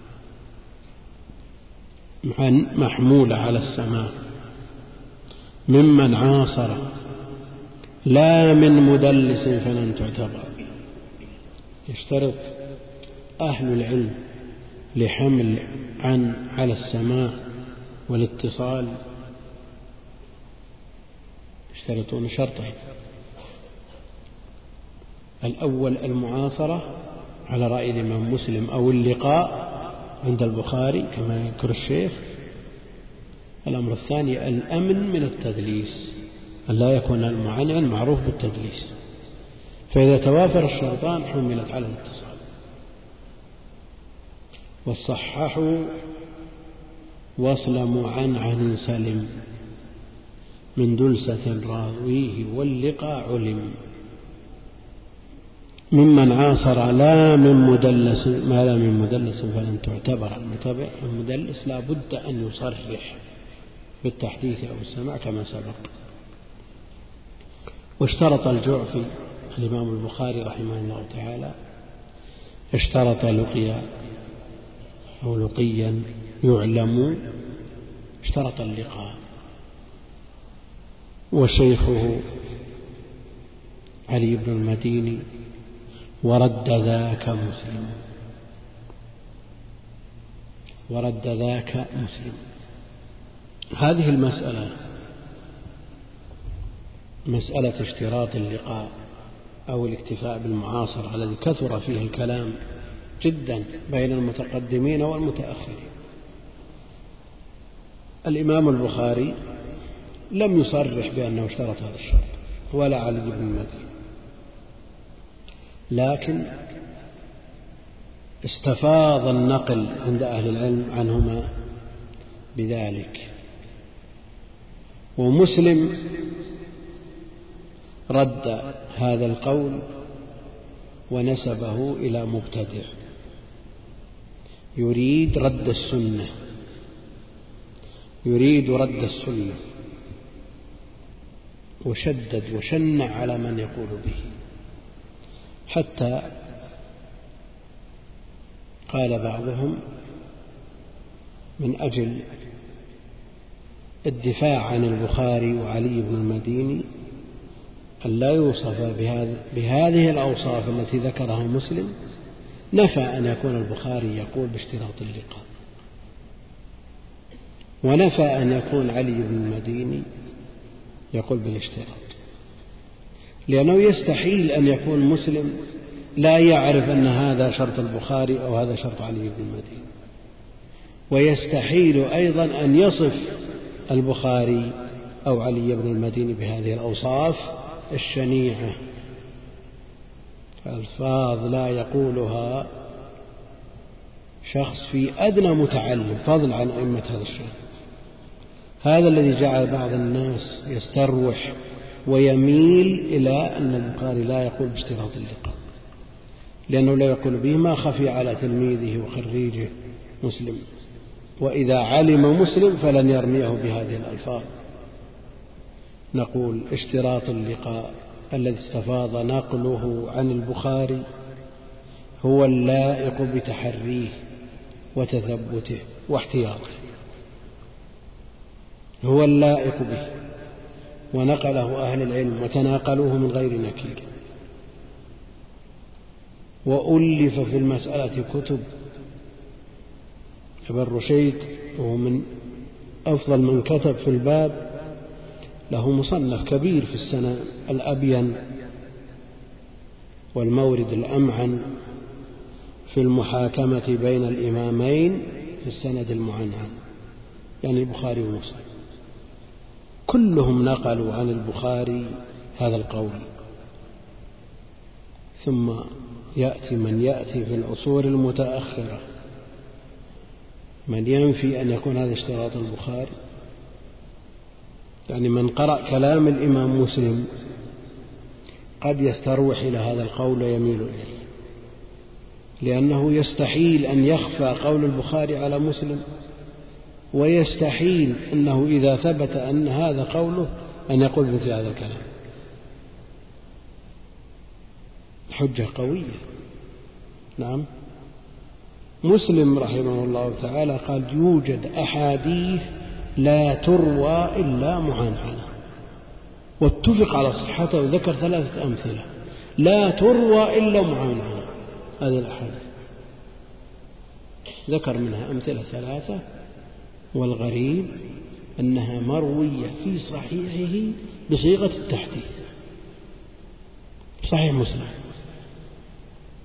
عن محمولة على السماع ممن عاصر لا من مدلس فلن تعتبر. يشترط أهل العلم لحمل عن على السماع والاتصال، يشترطون شرطين: الأول المعاصرة على رأي الإمام مسلم، أو اللقاء عند البخاري كما يذكر الشيخ، الأمر الثاني الأمن من التدليس، أن لا يكون المعنعن معروف بالتدليس، فإذا توافر الشرطان حملت على الاتصال. والصححوا وصل معنعن سلم من دلسة راويه واللقاء علم، ممن عاصر لا من مدلس، ما لا من مدلس فلن تعتبر. المدلس لا بد أن يصرح بالتحديث أو السماع كما سبق. واشترط الجعفي الإمام البخاري رحمه الله تعالى، اشترط لقيا أو لقيا يعلم، اشترط اللقاء. وشيخه علي بن المديني ورد ذاك مسلم، ورد ذاك مسلم. هذه المسألة مسألة اشتراط اللقاء أو الاكتفاء بالمعاصر الذي كثر فيه الكلام جدا بين المتقدمين والمتأخرين. الإمام البخاري لم يصرح بأنه اشترط هذا الشرط ولا علي بن المديني، لكن استفاض النقل عند أهل العلم عنهما بذلك. ومسلم رد هذا القول ونسبه إلى مبتدع يريد رد السنة، يريد رد السنة، وشدد وشنع على من يقول به، حتى قال بعضهم من أجل الدفاع عن البخاري وعلي بن المديني أن لا يوصف بهذه الأوصاف التي ذكرها مسلم، نفى أن يكون البخاري يقول باشتراط اللقاء، ونفى أن يكون علي بن المديني يقول بالاشتراط، لأنه يستحيل أن يكون مسلم لا يعرف أن هذا شرط البخاري أو هذا شرط علي بن المديني، ويستحيل أيضا أن يصف البخاري أو علي بن المديني بهذه الأوصاف الشنيعة، ألفاظ لا يقولها شخص في أدنى متعلم فضل عن أئمة هذا الشأن. هذا الذي جعل بعض الناس يستروح ويميل إلى أن البخاري لا يقول باشتراط اللقاء، لأنه لا يقول به ما خفي على تلميذه وخريجه مسلم، وإذا علم مسلم فلن يرميه بهذه الألفاظ. نقول اشتراط اللقاء الذي استفاض نقله عن البخاري هو اللائق بتحريه وتثبته واحتياطه، هو اللائق به، ونقله أهل العلم وتناقلوه من غير نكير. وألف في المسألة كتب، ابن رشيد وهو من أفضل من كتب في الباب، له مصنف كبير في السنة الأبين والمورد الأمعن في المحاكمة بين الإمامين في السند المعنعن، يعني البخاري ومسلم، كلهم نقلوا عن البخاري هذا القول. ثم يأتي من يأتي في العصور المتأخرة من ينفي أن يكون هذا اشتراط البخاري، يعني من قرأ كلام الإمام مسلم قد يستروح إلى هذا القول ويميل إليه، لأنه يستحيل أن يخفى قول البخاري على مسلم، ويستحيل أنه إذا ثبت أن هذا قوله أن يقول مثل هذا الكلام. حجة قوية. نعم، مسلم رحمه الله تعالى قال يوجد أحاديث لا تروى إلا معنعنة، واتفق على صحته، وذكر ثلاثة أمثلة لا تروى إلا معنعنة. هذه الأحاديث ذكر منها أمثلة ثلاثة، والغريب أنها مروية في صحيحه بصيغة التحديث، صحيح مسلم.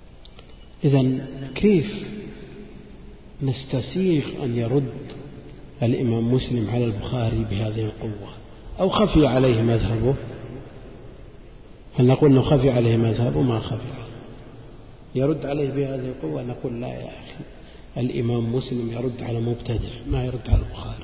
إذن كيف نستسيغ أن يرد الإمام مسلم على البخاري بهذه القوة أو خفي عليه مذهبه؟ هل نقول أنه خفي عليه مذهبه؟ ما خفي عليه. يرد عليه بهذه القوة؟ نقول لا يا أخي، الإمام مسلم يرد على مبتدع ما يرد على البخاري.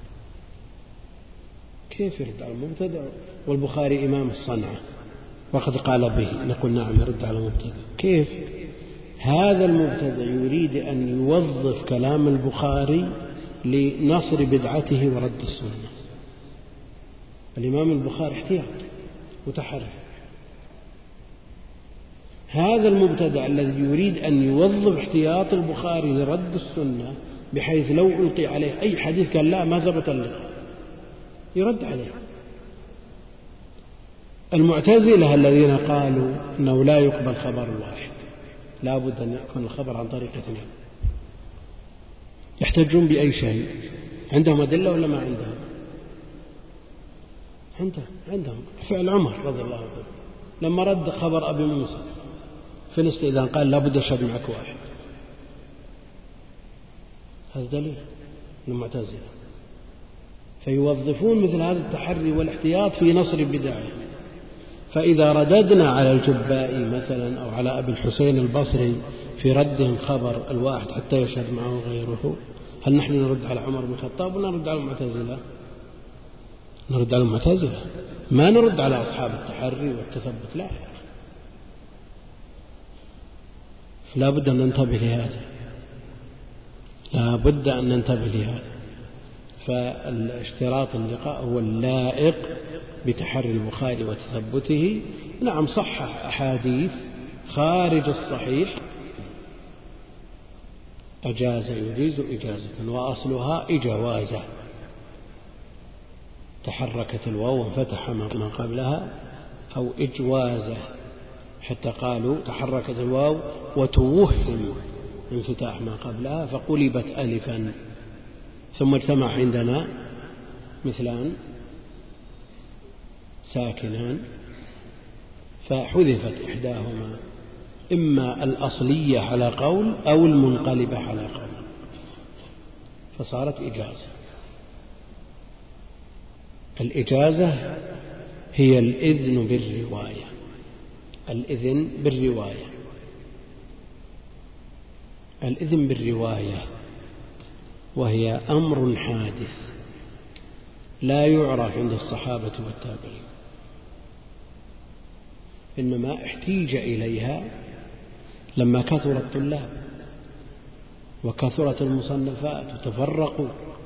كيف يرد على مبتدع والبخاري إمام الصنعة وقد قال به؟ نقول نعم يرد على مبتدع. كيف؟ هذا المبتدع يريد أن يوظف كلام البخاري لنصر بدعته ورد السنة. الإمام البخاري احتياط وتحرر. هذا المبتدع الذي يريد أن يوظف احتياط البخاري لرد السنة بحيث لو ألقي عليه أي حديث قال لا ما ثبت اللقاء يرد عليه. المعتزلة الذين قالوا أنه لا يقبل خبر واحد، لا بد أن يكون الخبر عن طريق اثنين، يحتجون بأي شيء؟ عندهم أدلة ولا ما عندهم؟ عندهم عندهم فعل عمر رضي الله عنه لما رد خبر أبي موسى في الاستئذان قال لا بد أشهد معك واحد. هذا دليل للمعتزلة. فيوظفون مثل هذا التحري والاحتياط في نصر بدعه. فإذا رددنا على الجبائي مثلا أو على أبي الحسين البصري في ردهم خبر الواحد حتى يشهد معه غيره، هل نحن نرد على عمر بن الخطاب ونرد على المعتزلة؟ نرد على المعتزلة، ما نرد على أصحاب التحري والتثبت، لا. فلا بد أن ننتبه لهذا، لا بد أن ننتبه لهذا. فالاشتراط اللقاء هو اللائق بتحري البخاري وتثبته. نعم صحح أحاديث خارج الصحيح أجاز يجيز إجازة وأصلها إجوازة، تحركت الواو وانفتح ما قبلها، أو إجوازة حتى قالوا تحركت الواو وتوهم انفتاح ما قبلها فقلبت ألفا، ثم اجتمع عندنا مثلان ساكنان فحذفت إحداهما، إما الأصلية على قول أو المنقلبة على قول، فصارت إجازة. الإجازة هي الإذن بالرواية، الإذن بالرواية الإذن بالرواية وهي أمر حادث لا يعرف عند الصحابة والتابعين، إنما احتيج إليها لما كثر الطلاب وكثرت المصنفات وتفرقوا.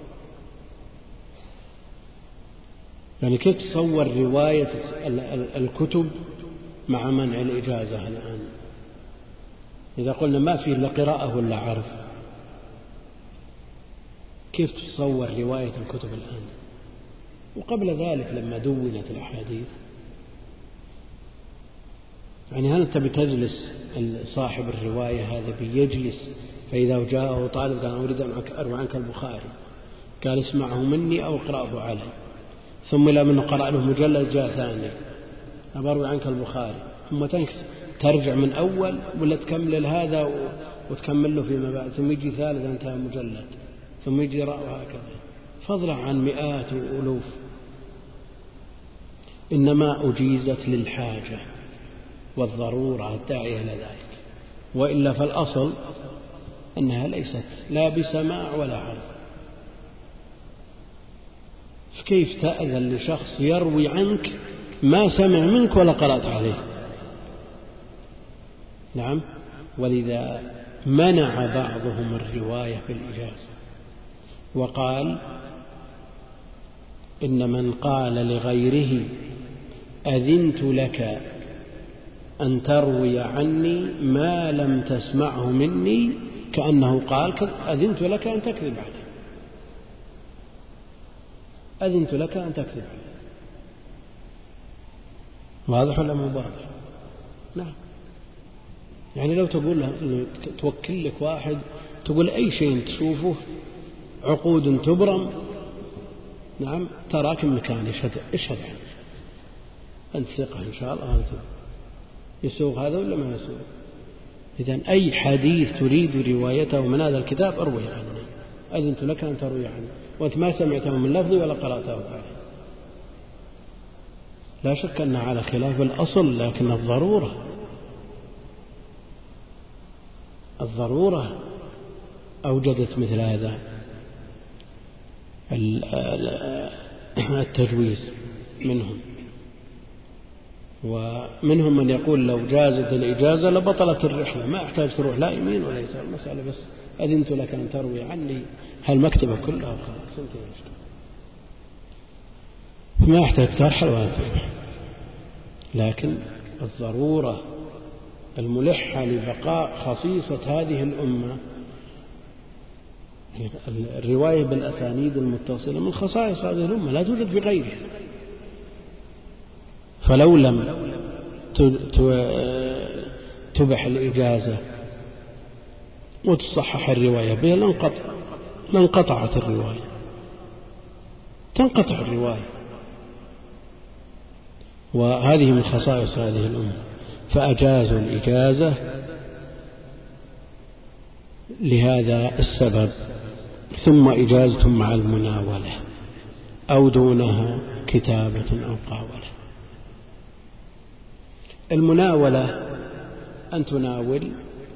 يعني كيف تصور رواية الكتب مع منع الإجازة الآن؟ إذا قلنا ما فيه إلا قراءة ولا عرض، كيف تصور رواية الكتب الآن؟ وقبل ذلك لما دونت الأحاديث، يعني هل أنت بتجلس صاحب الرواية هذا بيجلس فإذا جاءه طالب قال أريد أن أروي عنك البخاري، قال اسمعه مني أو اقرأه علي، ثم إلى من قرأ له مجلد جاء ثاني أروي عنك البخاري، ثم ترجع من أول ولا تكمل هذا وتكمل له فيما بعد، ثم يجي ثالث انتهى مجلد، ثم يجي رأى هكذا، فضلا عن مئات وألوف. إنما أجيزت للحاجة والضرورة الداعية إلى ذلك، وإلا فالأصل أنها ليست لا بسماع ولا عرض. فكيف تأذن لشخص يروي عنك ما سمع منك ولا قرأت عليه؟ نعم. ولذا منع بعضهم الرواية في الإجازة وقال إن من قال لغيره أذنت لك أن تروي عني ما لم تسمعه مني كأنه قال أذنت لك أن تكذب علي، أذنت لك أن تكذب علي. واضح ولا مو واضح؟ نعم. يعني لو تقول له توكل لك واحد تقول أي شيء تشوفه عقود تبرم، نعم تراك مكان اشهد اشهد عنه أنت ثقة إن شاء الله، أنت يسوق هذا ولا ما يسوق؟ إذن أي حديث تريد روايته من هذا الكتاب أروي عني، أذنت لك أن تروي عني. وأنت ما سمعته من لفظي ولا قرأته عليه. لا شك أنها على خلاف الأصل، لكن الضرورة الضرورة أوجدت مثل هذا التجويز منهم. ومنهم من يقول لو جازت الإجازة لبطلت الرحلة، ما أحتاج تروح لا يمين ولا يسار، المسألة بس أذنت لك أن تروي عني هالمكتبة كلها وخلاص، ما أحتاج ترحل ولا تروح. لكن الضرورة الملحة لبقاء خصيصة هذه الأمة، الرواية بالأسانيد المتصلة من خصائص هذه الأمة لا توجد في غيرها. فلو لم تبح الإجازة وتصحح الرواية بها لانقطع لانقطعت الرواية، تنقطع الرواية. وهذه من خصائص هذه الأمة، فأجازوا الإجازة لهذا السبب. ثم إجازة مع المناولة أو دونها كتابة أو قاولة. المناولة أن تناول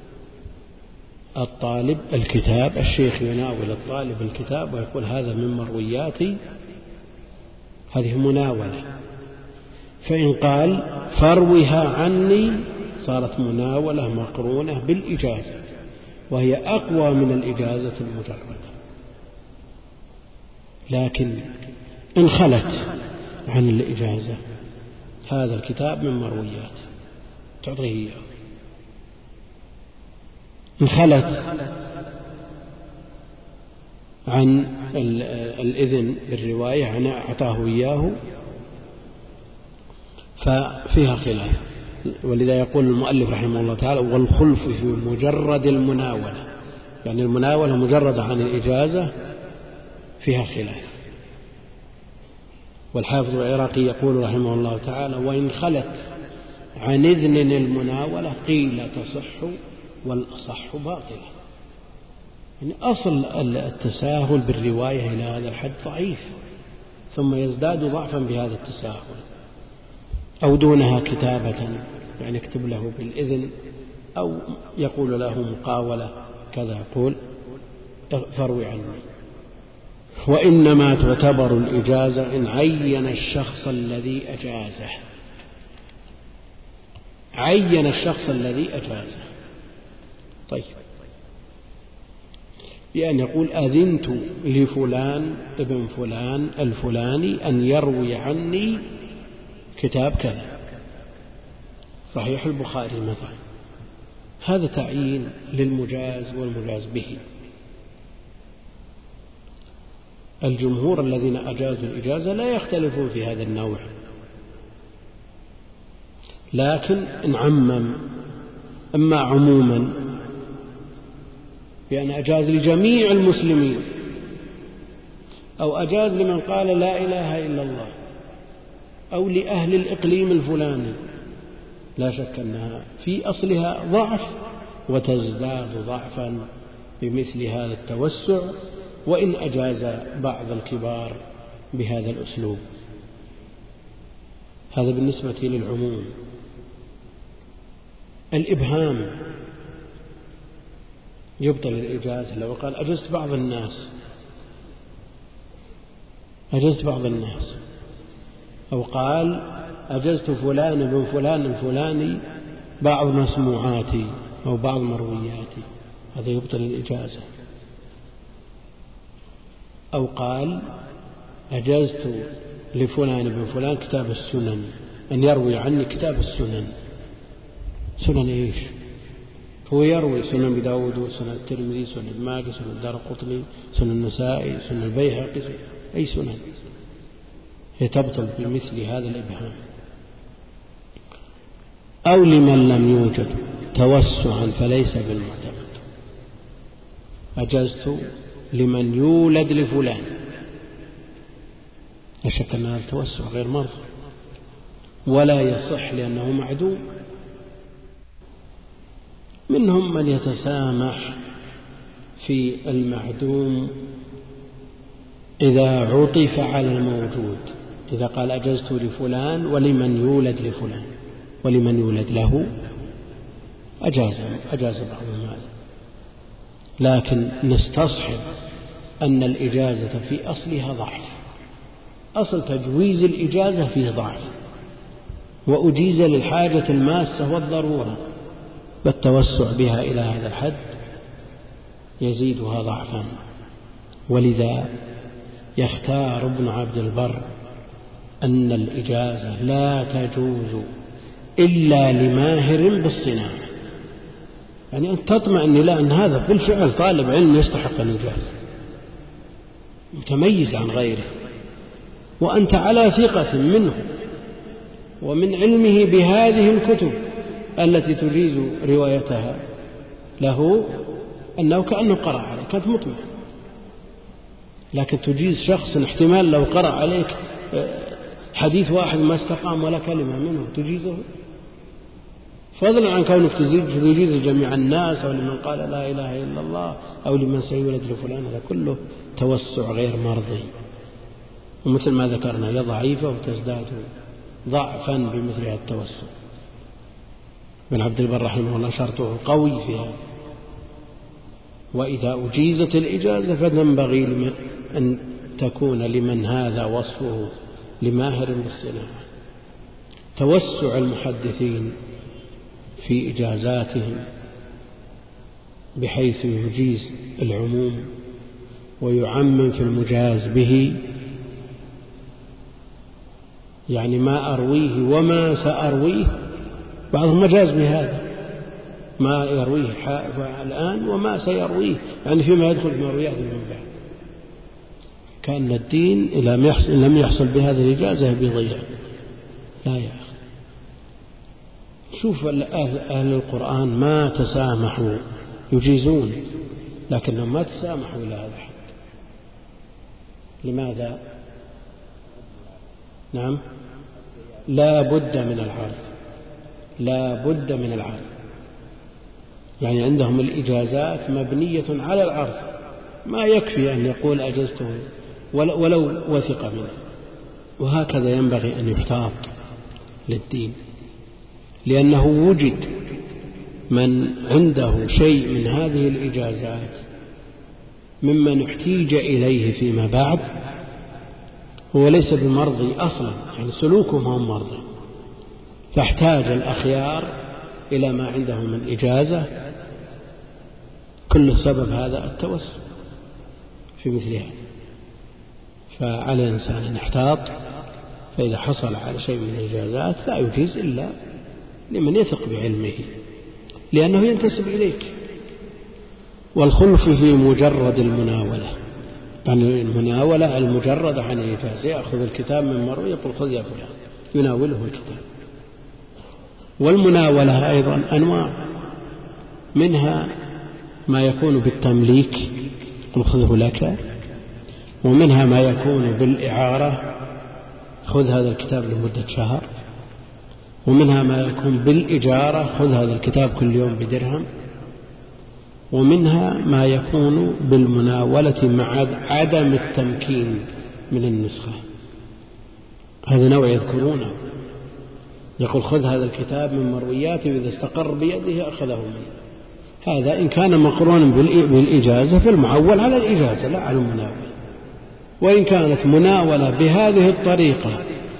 الطالب الكتاب، الشيخ يناول الطالب الكتاب ويقول هذا من مروياتي، هذه مناولة. فإن قال فاروها عني صارت مناولة مقرونة بالإجازة، وهي أقوى من الإجازة المجردة. لكن إن خلت عن الإجازة هذا الكتاب من مرويات تعطيه إياه، إن خلت عن الإذن بالرواية عن أعطاه إياه ففيها خلاف. ولذا يقول المؤلف رحمه الله تعالى والخلف في مجرد المناولة، يعني المناولة مجردة عن الإجازة فيها خلاف. والحافظ العراقي يقول رحمه الله تعالى وإن خلت عن إذن المناولة قيل تصح والأصح باطلة. يعني أصل التساهل بالرواية إلى هذا الحد ضعيف، ثم يزداد ضعفا بهذا التساهل. أو دونها كتابة، يعني يكتب له بالإذن، أو يقول له مقاولة كذا، يقول فاروي عني. وإنما تعتبر الإجازة إن عين الشخص الذي أجازه، عين الشخص الذي أجازه. طيب، بأن يقول أذنت لفلان ابن فلان الفلاني أن يروي عني كتاب كذا، صحيح البخاري مثلا، هذا تعيين للمجاز والمجاز به. الجمهور الذين أجازوا الإجازة لا يختلفون في هذا النوع، لكن إن عمم أما عموما بأن أجاز لجميع المسلمين، أو أجاز لمن قال لا إله إلا الله، أو لأهل الإقليم الفلاني، لا شك أنها في أصلها ضعف وتزداد ضعفا بمثل هذا التوسع، وإن أجاز بعض الكبار بهذا الأسلوب. هذا بالنسبة للعموم. الإبهام يبطل الإجازة. لو قال أجزت بعض الناس أجزت بعض الناس أو قال أجزت فلان بن فلان الفلاني بعض مسموعاتي أو بعض مروياتي، هذا يبطل الإجازة. أو قال أجزت لفلان بن فلان كتاب السنن أن يروي عني كتاب السنن. سنن إيش؟ هو يروي سنن أبي داود وسنن الترمذي سنن ابن ماجه سنن الدارقطني سنن النسائي سنن البيهقي، أي سنن، هي تبطل بمثل هذا الإبهام. أو لمن لم يوجد توسعا فليس بالمعتمد. أجزت لمن يولد لفلان، لا شك أن هذا التوسع غير مرض ولا يصح لأنه معدوم. منهم من يتسامح في المعدوم إذا عطف على الموجود، إذا قال أجزت لفلان ولمن يولد لفلان ولمن يولد له أجاز أجاز بعضهم هذا، لكن نستصحب أن الإجازة في أصلها ضعف، أصل تجويز الإجازة فيه ضعف، وأجيز للحاجة الماسة والضرورة، والتوسع بها إلى هذا الحد يزيدها ضعفا. ولذا يختار ابن عبد البر أن الإجازة لا تجوز إلا لماهر بالصناعة، يعني أن تطمئن إلى أن هذا بالفعل طالب علم يستحق الإجازة متميز عن غيره، وأنت على ثقة منه ومن علمه بهذه الكتب التي تجيز روايتها له أنه كأنه قرأ عليك، كانت مطمئن. لكن تجيز شخص احتمال لو قرأ عليك حديث واحد ما استقام ولا كلمة منه تجيزه، فضلا عن كونك تجيز جميع الناس أو لمن قال لا إله إلا الله أو لمن سيولد لفلان، هذا كله توسع غير مرضي. ومثل ما ذكرنا هي ضعيفة وتزداد ضعفا بمثل التوسع. ابن عبد البر رحمه الله شرطه قوي في هذا. وإذا أجيزت الإجازة فتنبغي أن تكون لمن هذا وصفه لماهر بالصناعة. توسع المحدثين في إجازاتهم بحيث يجيز العموم ويعمم في المجاز به، يعني ما أرويه وما سأرويه، بعضهم مجاز بهذا، ما يرويه الآن وما سيرويه، يعني فيما يدخل في مرويات من بعد. كأن الدين إن لم يحصل بهذه الإجازة بيضيع. لا يا أخي، شوف أهل القرآن ما تسامحوا، يجيزون لكنهم ما تسامحوا إلى هذا الحد. لماذا؟ نعم، لا بد من العرض، لا بد من العرض، يعني عندهم الإجازات مبنية على العرض، ما يكفي أن يقول أجزته ولو وثق منه. وهكذا ينبغي أن يحتاط للدين، لأنه وجد من عنده شيء من هذه الإجازات ممن احتيج إليه فيما بعد هو ليس بمرضي أصلا، يعني سلوكهم هم مرضي، فاحتاج الأخيار إلى ما عندهم من إجازة، كل سبب هذا التوسع في مثل هذا. فعلى الإنسان أن يحتاط، فإذا حصل على شيء من الإجازات لا يجيز إلا لمن يثق بعلمه لأنه ينتسب إليك. والخلف في مجرد المناولة، يعني المناولة المجردة عن الإجازة، يأخذ الكتاب من مروي يقول خذ يا فلان، يناوله الكتاب. والمناولة أيضا أنواع، منها ما يكون بالتمليك قل خذه لك، ومنها ما يكون بالإعارة خذ هذا الكتاب لمدة شهر، ومنها ما يكون بالإجارة خذ هذا الكتاب كل يوم بدرهم، ومنها ما يكون بالمناولة مع عدم التمكين من النسخة. هذا نوع يذكرونه، يقول خذ هذا الكتاب من مروياته وإذا استقر بيده أخذه منه. هذا إن كان مقرونا بالإجازة فالمعول على الإجازة لا على المناولة، وإن كانت مناولة بهذه الطريقة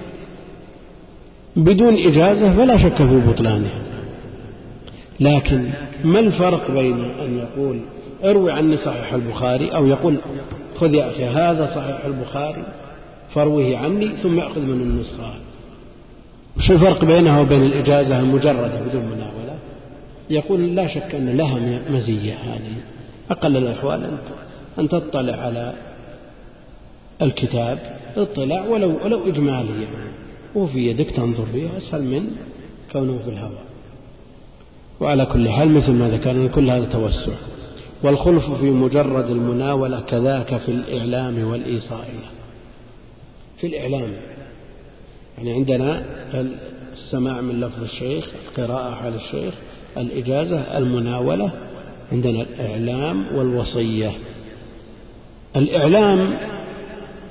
بدون إجازة فلا شك في بطلانها. لكن ما الفرق بين أن يقول اروي عني صحيح البخاري أو يقول خذ يا أخي هذا صحيح البخاري فارويه عني ثم يأخذ من النسخة؟ شو الفرق بينها وبين الإجازة المجردة بدون مناولة؟ يقول لا شك أن لها مزية، هذه أقل الأحوال أن تطلع على الكتاب اطلاع ولو, ولو إجمالي، وفي يدك تنظر فيه أسهل من كونه في الهواء. وعلى كل حال مثل ما ذكرنا كل هذا توسع. والخلف في مجرد المناولة كذاك في الإعلام والإيصاء. في الإعلام يعني عندنا السماع من لفظ الشيخ، القراءة على الشيخ، الإجازة، المناولة، عندنا الإعلام والوصية. الإعلام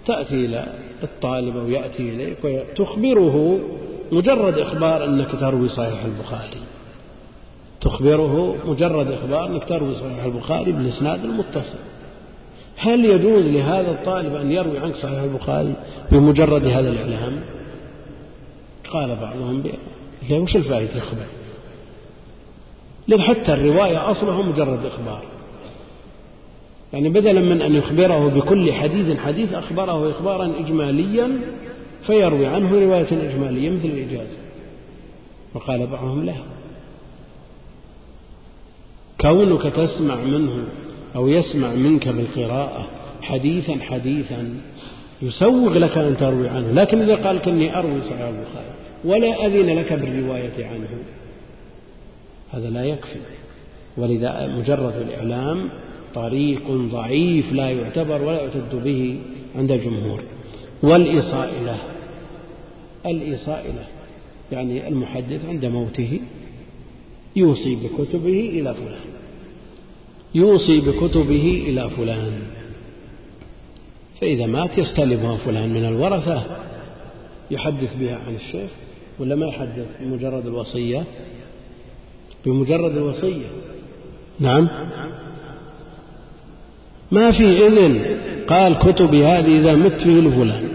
تأتي إلى الطالب أو يأتي إليك وتخبره مجرد إخبار أنك تروي صحيح البخاري، تخبره مجرد إخبار أنك تروي صحيح البخاري بالإسناد المتصل. هل يجوز لهذا الطالب أن يروي عنك صحيح البخاري بمجرد هذا الإعلام؟ قال بعضهم بأ وش الفائدة يخبر؟ لأن حتى الرواية أصلها مجرد إخبار، يعني بدلا من أن يخبره بكل حديث حديث أخبره إخبارا إجماليا فيروي عنه رواية إجمالية مثل الإجازة. وقال بعضهم لا، كونك تسمع منه أو يسمع منك بالقراءة حديثا حديثا يسوغ لك أن تروي عنه، لكن إذا قال كني أروي صحيح البخاري ولا أذن لك بالرواية عنه هذا لا يكفي. ولذا مجرد الإعلام طريق ضعيف لا يعتبر ولا يعتد به عند الجمهور. والإيصاء له، الإيصاء له يعني المحدث عند موته يوصي بكتبه إلى فلان، يوصي بكتبه إلى فلان، فإذا مات يستلمها فلان من الورثة يحدث بها عن الشيخ ولا ما يحدث بمجرد الوصية؟ بمجرد الوصية. نعم، ما في إذن قال كتبي هذه إذا مت فيه لفلان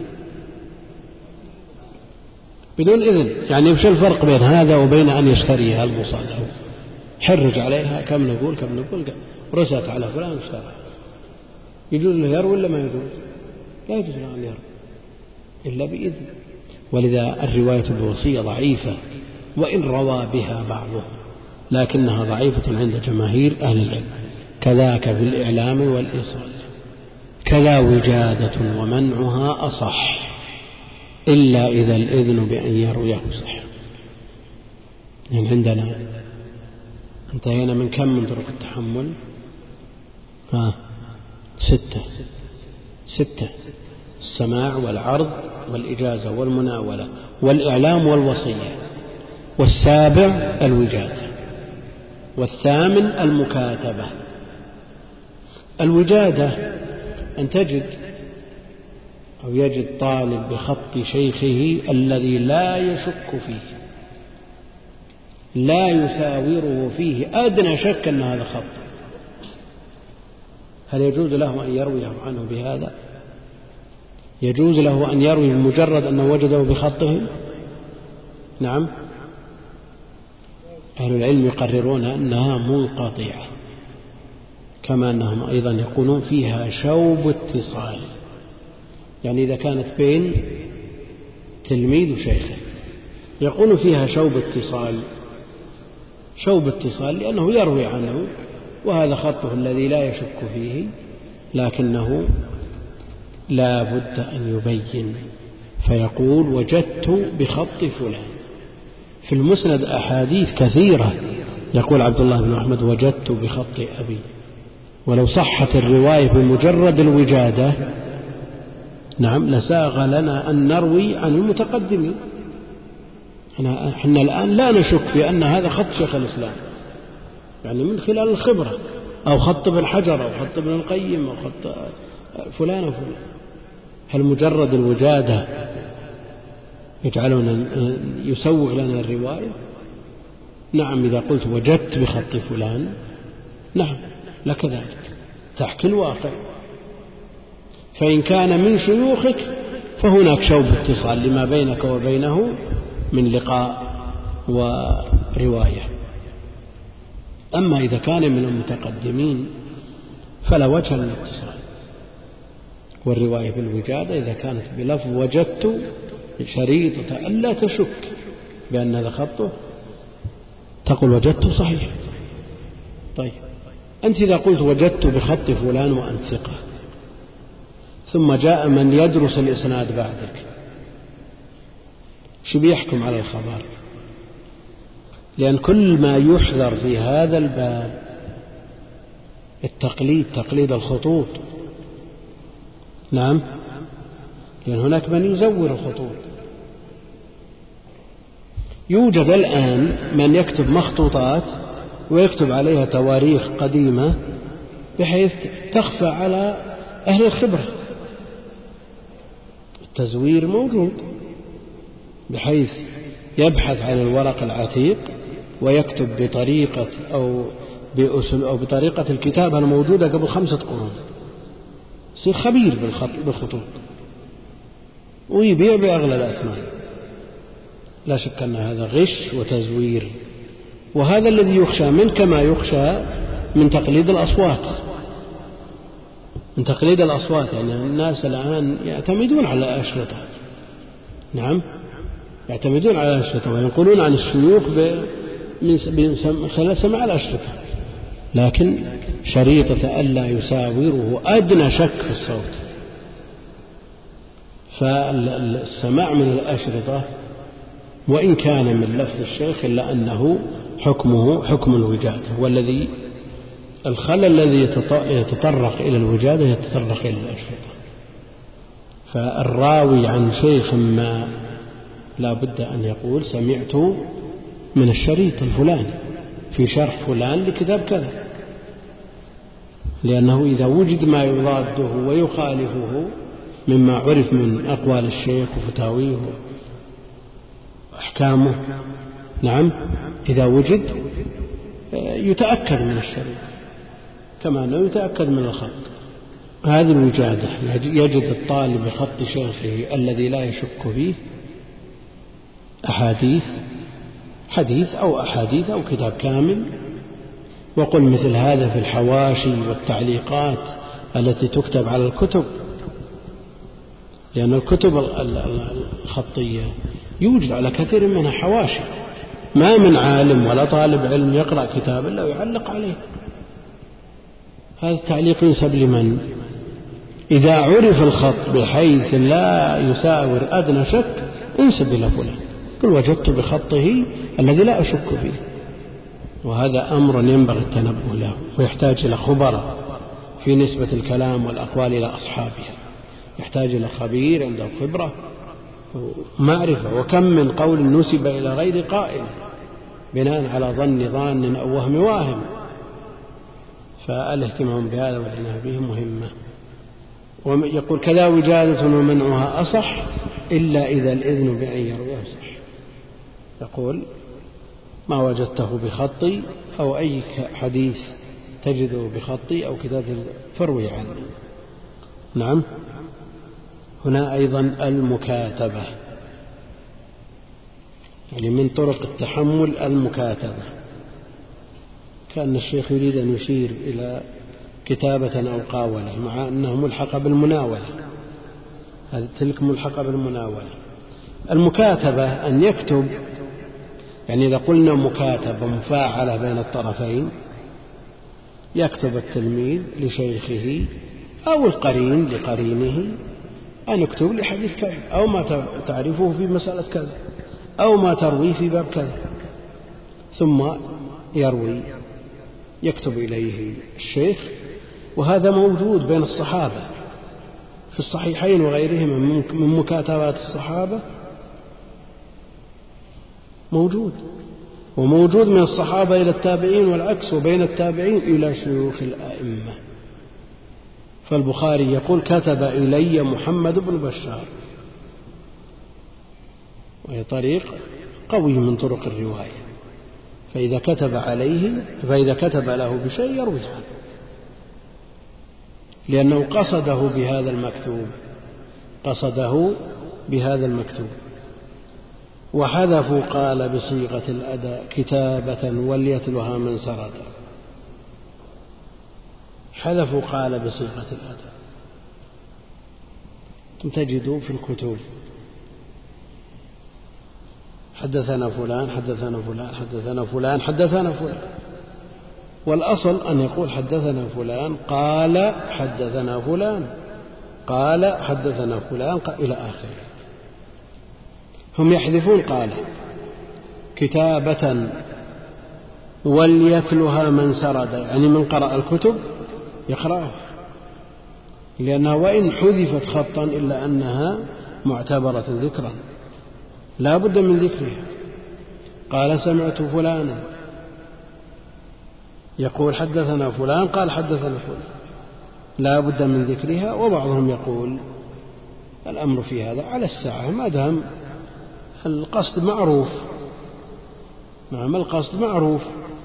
بدون إذن. يعني وش الفرق بين هذا وبين أن يشتريها المصادر؟ حرج عليها كم نقول كم نقول رست على فلان اشترى، يجوز له يروي ولا ما يجوز؟ لا يجوز له أن يروي إلا بإذن. ولذا الرواية بالوصية ضعيفة وإن روى بها بعضهم، لكنها ضعيفة عند جماهير أهل العلم. كذاك في الإعلام والإيصال، كذا وجادة ومنعها أصح إلا إذا الإذن بأن يرويه صح. يعني عندنا انتهينا من كم من طرق التحمل؟ ها ستة ستة: السماع والعرض والإجازة والمناولة والإعلام والوصية، والسابع الوجادة، والثامن المكاتبة. الوجادة أن تجد أو يجد طالب بخط شيخه الذي لا يشك فيه، لا يساوره فيه أدنى شك أن هذا خط، هل يجوز له أن يروي عنه بهذا؟ يجوز له أن يروي بمجرد أنه وجده بخطه؟ نعم، أهل العلم يقررون أنها منقطعة، كما أنهم أيضا يقولون فيها شوب اتصال. يعني إذا كانت بين تلميذ وشيخه يقول فيها شوب اتصال، شوب اتصال لأنه يروي عنه وهذا خطه الذي لا يشك فيه، لكنه لا بد أن يبين فيقول وجدت بخط فلان. في المسند أحاديث كثيرة يقول عبد الله بن أحمد وجدت بخط أبي، ولو صحت الرواية بمجرد الوجادة نعم لساغ لنا أن نروي عن المتقدمين. احنا الآن لا نشك في أن هذا خط شيخ الإسلام، يعني من خلال الخبرة، أو خط ابن حجر أو خط ابن القيم أو خط فلان وفلان. هل مجرد الوجادة يجعلنا يسوغ لنا الرواية؟ نعم، إذا قلت وجدت بخط فلان نعم لك ذلك، تحكي الواقع. فإن كان من شيوخك فهناك شوب اتصال لما بينك وبينه من لقاء ورواية. أما إذا كان من المتقدمين فلا وجه للاتصال. والرواية بالوجادة إذا كانت بلفظ وجدت شريطة ألا تشك بأن هذا خطه تقول وجدت صحيح. طيب أنت إذا قلت وجدت بخط فلان وأنت ثقة، ثم جاء من يدرس الإسناد بعدك، شو بيحكم على الخبر؟ لأن كل ما يحذر في هذا الباب التقليد، تقليد الخطوط. نعم، لأن هناك من يزور الخطوط. يوجد الآن من يكتب مخطوطات ويكتب عليها تواريخ قديمة بحيث تخفى على أهل الخبرة، التزوير موجود، بحيث يبحث عن الورق العتيق ويكتب بطريقة أو بأسل أو بطريقة الكتابة الموجودة قبل خمسة قرون، يصير خبير بالخط بالخطوط ويبيع بأغلى الأثمان. لا شك أن هذا غش وتزوير، وهذا الذي يخشى منه كما يخشى من تقليد الأصوات. من تقليد الأصوات يعني الناس الآن يعتمدون على الأشرطة، نعم يعتمدون على الأشرطة وينقلون عن الشيوخ من خلال سماع الأشرطة، لكن شريطة ألا يساوره أدنى شك في الصوت. فالسماع من الأشرطة وإن كان من لفظ الشيخ إلا أنه حكمه حكم الوجادة، والذي الخلل الذي يتطرق إلى الوجادة يتطرق إلى الأشرطة. فالراوي عن شيخ ما لا بد أن يقول سمعت من الشريط الفلاني في شرح فلان لكتاب كذا، لأنه إذا وجد ما يضاده ويخالفه مما عرف من أقوال الشيخ وفتاويه وأحكامه، نعم إذا وجد يتأكد من الشريط كما أنه يتأكد من الخط. هذه الوجادة يجد الطالب خط شيخه الذي لا يشك فيه أحاديث حديث أو أحاديث أو كتاب كامل. وقل مثل هذا في الحواشي والتعليقات التي تكتب على الكتب، لأن الكتب الخطية يوجد على كثير منها حواشي، ما من عالم ولا طالب علم يقرأ كتاب إلا ويعلق عليه. هذا التعليق ينسب لمن؟ إذا عرف الخط بحيث لا يساور أدنى شك انسب إلى فلان، قل وجدت بخطه الذي لا أشك فيه. وهذا أمر ينبغي التنبه له، ويحتاج إلى خبراء في نسبة الكلام والأقوال إلى أصحابها، يحتاج إلى خبير عنده خبرة ومعرفة. وكم من قول نسب إلى غير قائل بناء على ظن ظان أو وهم واهم. فالاهتمام بهذا والعناية به مهمة. ويقول كذا وجادة ومنعها أصح إلا إذا الإذن بأن يرويه صح. يقول ما وجدته بخطي أو أي حديث تجده بخطي أو كتاب فروي عنه. نعم. هنا أيضا المكاتبة، يعني من طرق التحمل المكاتبة. كأن الشيخ يريد أن يشير إلى كتابة أو قاولة، مع أنه ملحقة بالمناولة، هذه تلك ملحقة بالمناولة. المكاتبة أن يكتب، يعني إذا قلنا مكاتبة مفاعلة بين الطرفين، يكتب التلميذ لشيخه أو القرين لقرينه أن يكتب لحديث كذا، أو ما تعرفه في مسألة كذا، أو ما تروي في باب كذا، ثم يروي يكتب إليه الشيخ. وهذا موجود بين الصحابة في الصحيحين وغيرهما من مكاتبات الصحابة، موجود. وموجود من الصحابة إلى التابعين والعكس، وبين التابعين إلى شيوخ الأئمة. فالبخاري يقول كتب إلي محمد بن بشار، وهي طريق قوي من طرق الرواية. فإذا كتب عليه فإذا كتب له بشيء يروي عنه، لأنه قصده بهذا المكتوب قصده بهذا المكتوب. وحذفوا قال بصيغة الأداء كتابة وليتلها من سرد. حذفوا قال بصيغة الأداء، تجدوا في الكتب حدثنا فلان حدثنا فلان حدثنا فلان حدثنا فلان، والأصل أن يقول حدثنا فلان قال حدثنا فلان قال حدثنا فلان إلى آخره. هم يحذفون قال كتابة وليتلها من سرد، يعني من قرأ الكتب يقرأها، لأنها وإن حذفت خطا إلا أنها معتبرة ذكرا لا بد من ذكرها. قال سمعت فلانا يقول حدثنا فلان قال حدثنا فلان، لا بد من ذكرها. وبعضهم يقول الأمر في هذا على الساعة ما دام القصد معروف. نعم القصد معروف.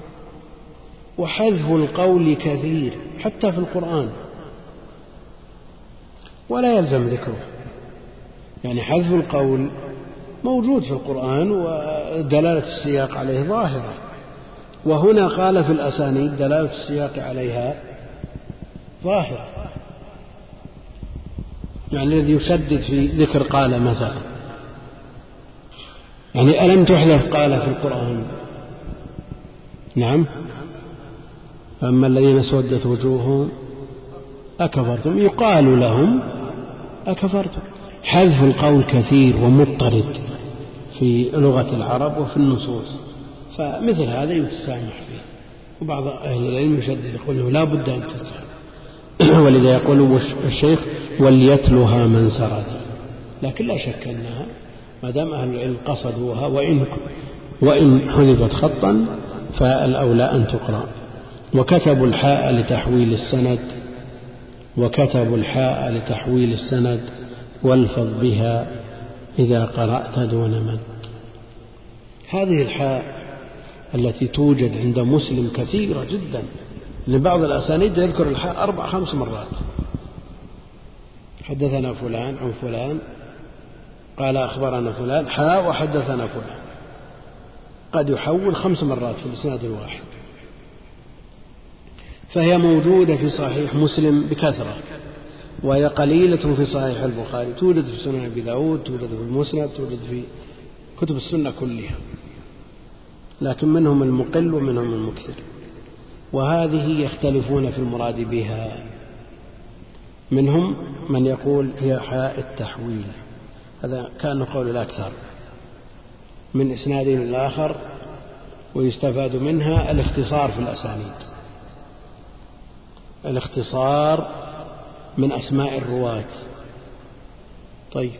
وحذف القول كثير حتى في القرآن ولا يلزم ذكره، يعني حذف القول موجود في القرآن ودلالة السياق عليه ظاهرة، وهنا قال في الأسانيد دلالة السياق عليها ظاهرة، يعني الذي يشدد في ذكر قال مثلا، يعني ألم تحذف قال في القرآن؟ نعم. فأما الذين اسودت وجوههم أكفرتم يقال لهم أكفرتم. حذف القول كثير ومضطرد في لغة العرب وفي النصوص، فمثل هذا يتسامح فيه. وبعض أهل العلم يشدد يقول لا بد أن تذكر، ولذا يقول الشيخ وليتلها من سرد، لكن لا شك أنها ما دام أهل العلم قصدوها وإن, وإن حذفت خطا فالأولى أن تقرأ. وكتبوا الحاء لتحويل السند وكتبوا الحاء لتحويل السند والفظ بها إذا قرأت دون مد. هذه الحاء التي توجد عند مسلم كثيرة جدا، لبعض الأسانيد يذكر الحاء أربع خمس مرات، حدثنا فلان عن فلان قال أخبرنا فلان حاء وحدثنا فلان، قد يحول خمس مرات في الإسناد الواحد. فهي موجودة في صحيح مسلم بكثرة، وهي قليلة في صحيح البخاري، توجد في سنن أبي داود، توجد في المسند، توجد في كتب السنة كلها، لكن منهم المقل ومنهم المكثر. وهذه يختلفون في المراد بها، منهم من يقول هي حاء التحويل، هذا كان قول الأكثر من إسناد الآخر، ويستفاد منها الاختصار في الأسانيد، الاختصار من أسماء الرواة. طيب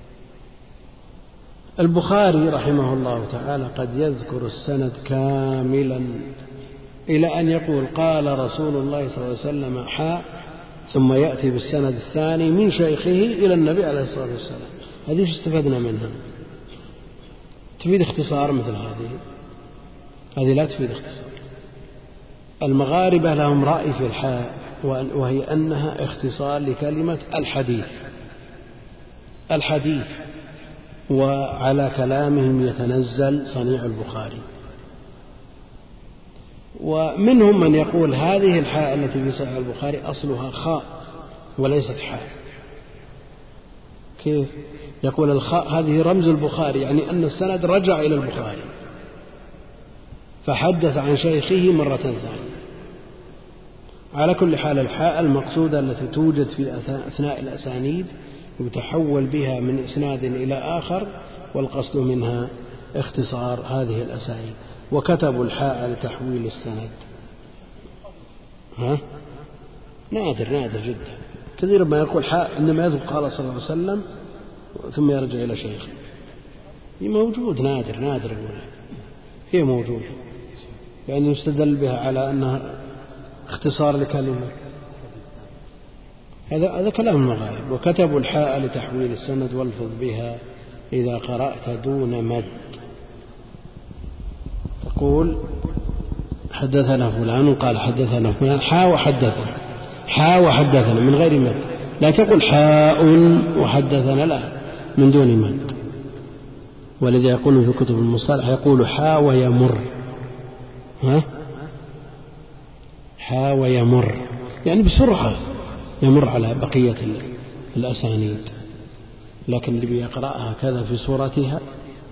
البخاري رحمه الله تعالى قد يذكر السند كاملا إلى أن يقول قال رسول الله صلى الله عليه وسلم حاء، ثم يأتي بالسند الثاني من شيخه إلى النبي عليه الصلاة والسلام. هذه ايش استفدنا منها؟ تفيد اختصار مثل هذه؟ هذه لا تفيد اختصار. المغاربة لهم رأي في الحاء، وهي أنها اختصار لكلمة الحديث الحديث وعلى كلامهم يتنزل صنيع البخاري. ومنهم من يقول هذه الحاء التي في صحيح البخاري أصلها خاء وليست حاء. كيف؟ يقول الخاء هذه رمز البخاري، يعني أن السند رجع إلى البخاري فحدث عن شيخه مرة ثانية. على كل حال الحاء المقصودة التي توجد في أثناء الأسانيد يتحول بها من إسناد إلى آخر، والقصد منها اختصار هذه الأسانيد. وكتبوا الحاء لتحويل السند. ها؟ نادر نادر جدا، كثير ما يقول حاء عندما يذكر قال صلى الله عليه وسلم ثم يرجع إلى شيخ، هي موجود نادر نادر أقول هي موجودة، يعني يستدل بها على أنها اختصار لكلمة. هذا هذا كلام المغارب. وكتبوا الحاء لتحويل السند والفظ بها إذا قرأت دون مد. تقول حدثنا فلان قال حدثنا فلان حاء وحدثنا حاء وحدثنا من غير مد، لا تقول حاء وحدثنا، لا من دون مد. ولذا يقول في كتب المصطلح يقول حاء ويمر، ها حاء ويمر يعني بسرعة يمر على بقية الأسانيد، لكن اللي بيقرأها كذا في صورتها.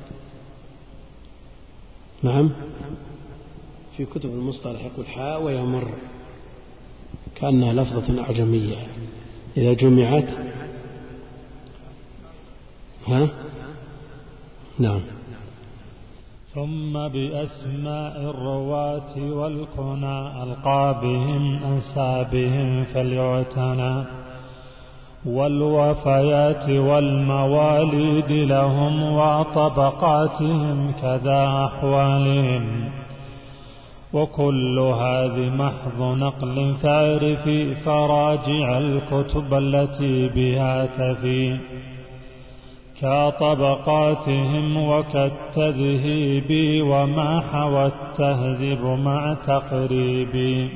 نعم في كتب المصطلح يقول حاء ويمر كأنها لفظة أعجمية إذا جمعت. ها نعم. ثم بأسماء الرواة والكنى ألقابهم أنسابهم فليعتنى، والوفيات والمواليد لهم وطبقاتهم كذا أحوالهم، وكل هذه محض نقل فاعرف فراجع الكتب التي بها تفي. كطبقاتهم وكالتذهيب وما حوى التهذيب مع تقريب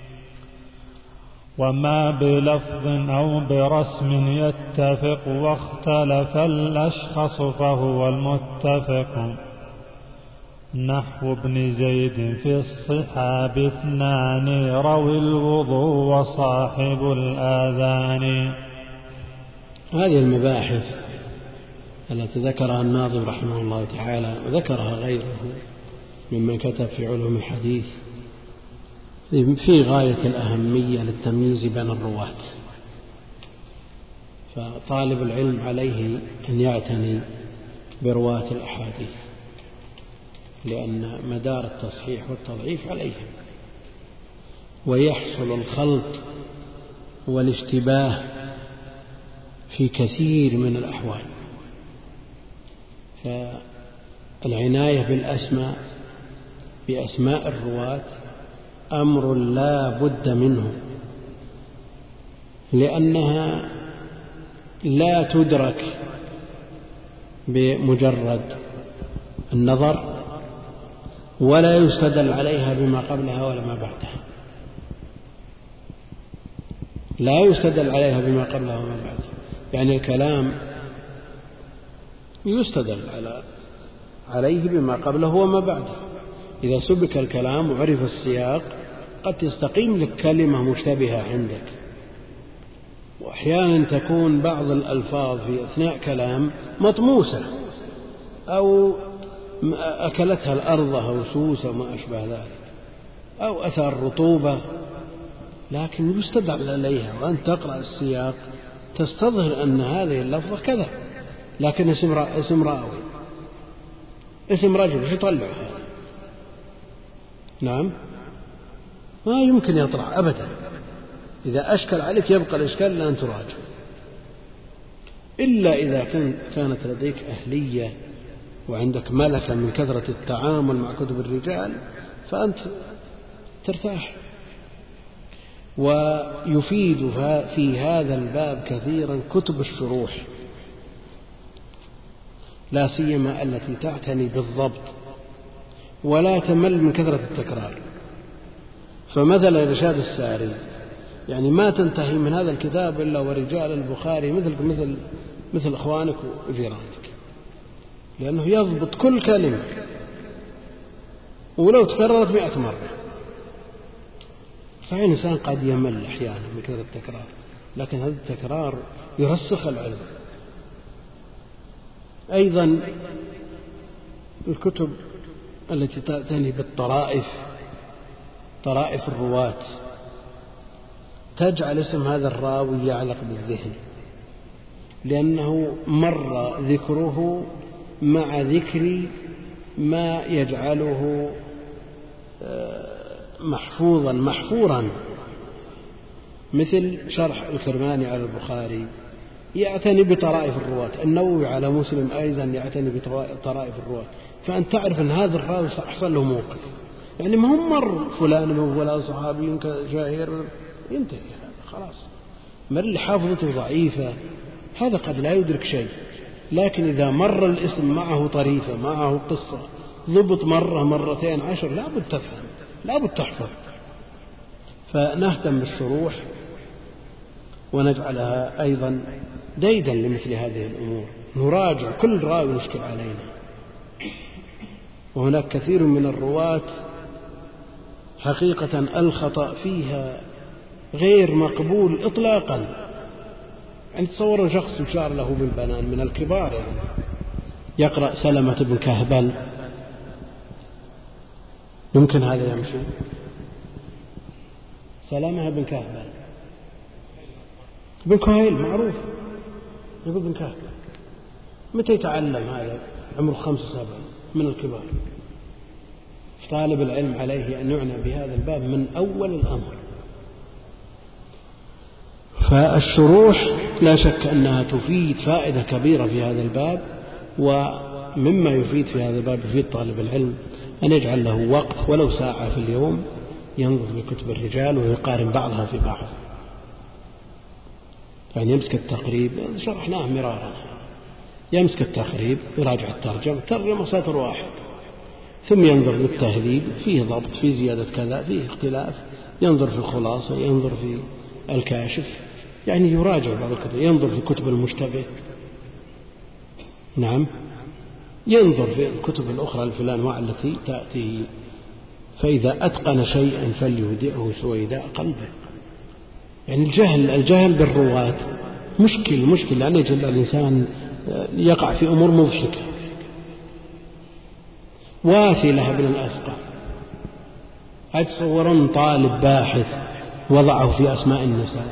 وما بلفظ أو برسم يتفق واختلف الأشخاص فهو المتفق نحو ابن زيد في الصحاب اثنان روي الوضوء وصاحب الآذان. هذه المباحث التي ذكرها الناظم رحمه الله تعالى وذكرها غيره ممن كتب في علوم الحديث في غاية الأهمية للتمييز بين الرواة، فطالب العلم عليه أن يعتني برواة الأحاديث لأن مدار التصحيح والتضعيف عليهم، ويحصل الخلط والاشتباه في كثير من الأحوال. فالعناية بالأسماء بأسماء الرواة أمر لا بد منه، لأنها لا تدرك بمجرد النظر ولا يستدل عليها بما قبلها ولا ما بعدها، لا يستدل عليها بما قبلها وما بعدها. يعني الكلام يستدل على عليه بما قبله وما بعده. إذا سبك الكلام وعرف السياق قد تستقيم لك كلمة مشتبهة عندك، وأحيانا تكون بعض الألفاظ في أثناء كلام مطموسة أو أكلتها الأرض أو سوسة وما أشبه ذلك، أو أثر رطوبة، لكن يستدل عليها وأنت تقرأ السياق تستظهر أن هذه اللفظة كذا، لكن اسم را... اسم راوي اسم رجل ايش يطلع هذا؟ نعم ما يمكن يطلع أبدا. إذا أشكل عليك يبقى الإشكال لأن تراجع، إلا إذا كانت لديك أهلية وعندك ملكة من كثرة التعامل مع كتب الرجال فأنت ترتاح. ويفيد في هذا الباب كثيرا كتب الشروح، لا سيما التي تعتني بالضبط ولا تمل من كثرة التكرار. فمثلا إرشاد الساري يعني ما تنتهي من هذا الكتاب إلا ورجال البخاري مثل مثل مثل إخوانك وجيرانك، لأنه يضبط كل كلمة ولو تكررت مئة مرة. صحيح الإنسان قد يمل أحيانا من كثرة التكرار، لكن هذا التكرار يرسخ العلم. أيضا الكتب التي تعتني بالطرائف، طرائف الرواة، تجعل اسم هذا الراوي يعلق بالذهن، لأنه مر ذكره مع ذكر ما يجعله محفوظا محفورا، مثل شرح الكرماني على البخاري يعتني بطرائف الرواة، النووي على مسلم أيضا يعتني بطرائف الرواة، فأن تعرف أن هذا الراوي سأحصل له موقف، يعني ما هم مر فلان ولا صحابي شاهر ينتهي هذا خلاص. من اللي حافظته ضعيفة هذا قد لا يدرك شيء، لكن إذا مر الاسم معه طريفة معه قصة ضبط مرة مرتين عشر لابد تفهم لابد تحفظ. فنهتم بالشروح ونجعلها أيضا ديدا لمثل هذه الأمور، نراجع كل راوي يشكل علينا. وهناك كثير من الرواة حقيقة الخطأ فيها غير مقبول إطلاقا. يعني تصوروا شخص يشار له بالبنان من الكبار، يعني يقرأ سلمة بن كهبل، يمكن هذا يمشي؟ سلامة بن كهبل بن كهيل معروف، يقول بن كهبل. متى يتعلم هذا؟ عمره خمس سبع من الكبار. طالب العلم عليه أن يعنى بهذا الباب من أول الأمر. فالشروح لا شك أنها تفيد فائدة كبيرة في هذا الباب، ومما يفيد في هذا الباب يفيد طالب العلم أن يجعل له وقت ولو ساعة في اليوم ينظر في كتب الرجال ويقارن بعضها في بعض. يعني يمسك التقريب شرحناه مرارا، يمسك التخريب يراجع الترجمة، الترجمة سطر واحد، ثم ينظر للتهذيب، فيه ضبط، فيه زيادة كذا، فيه اختلاف، ينظر في الخلاصة، ينظر في الكاشف، يعني يراجع بعض الكتب، ينظر في كتب المشتبه، نعم، ينظر في الكتب الأخرى الأنواع التي تأتي، فإذا أتقن شيئا فليودعه سويداء قلبه. يعني الجهل الجهل بالرواة مشكل مشكل لأن يجعل الإنسان يقع في أمور مضحكة. واثلة بن الأسقع، أتصورون طالب باحث وضعه في أسماء النساء،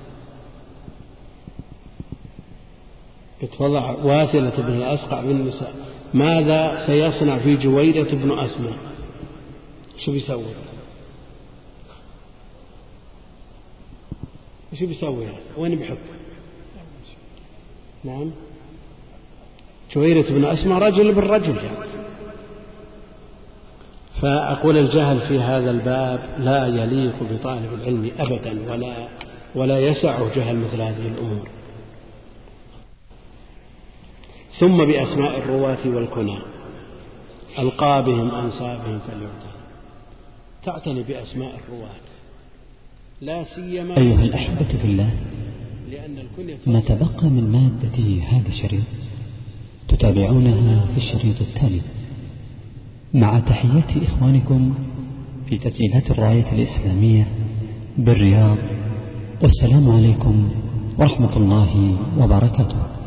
وضع واثلة بن الأسقع بالنساء، ماذا سيصنع في جويرة بن أسماء؟ شو بيسوي؟ شو بيسوي؟ وين بيحط؟ نعم، جويرة بن أسماء رجل بالرجل يعني. فأقول الجهل في هذا الباب لا يليق بطالب العلم أبدا، ولا ولا يسعه جهل مثل هذه الأمور. ثم بأسماء الرواة والكنى، ألقابهم أنسابهم فليعتنى، تعتني بأسماء الرواة لا سيما. أيها الأحبة في الله، ما تبقى من مادة هذا الشريط تتابعونها في الشريط التالي، مع تحيات إخوانكم في تسجيلات الراية الإسلامية بالرياض، والسلام عليكم ورحمة الله وبركاته.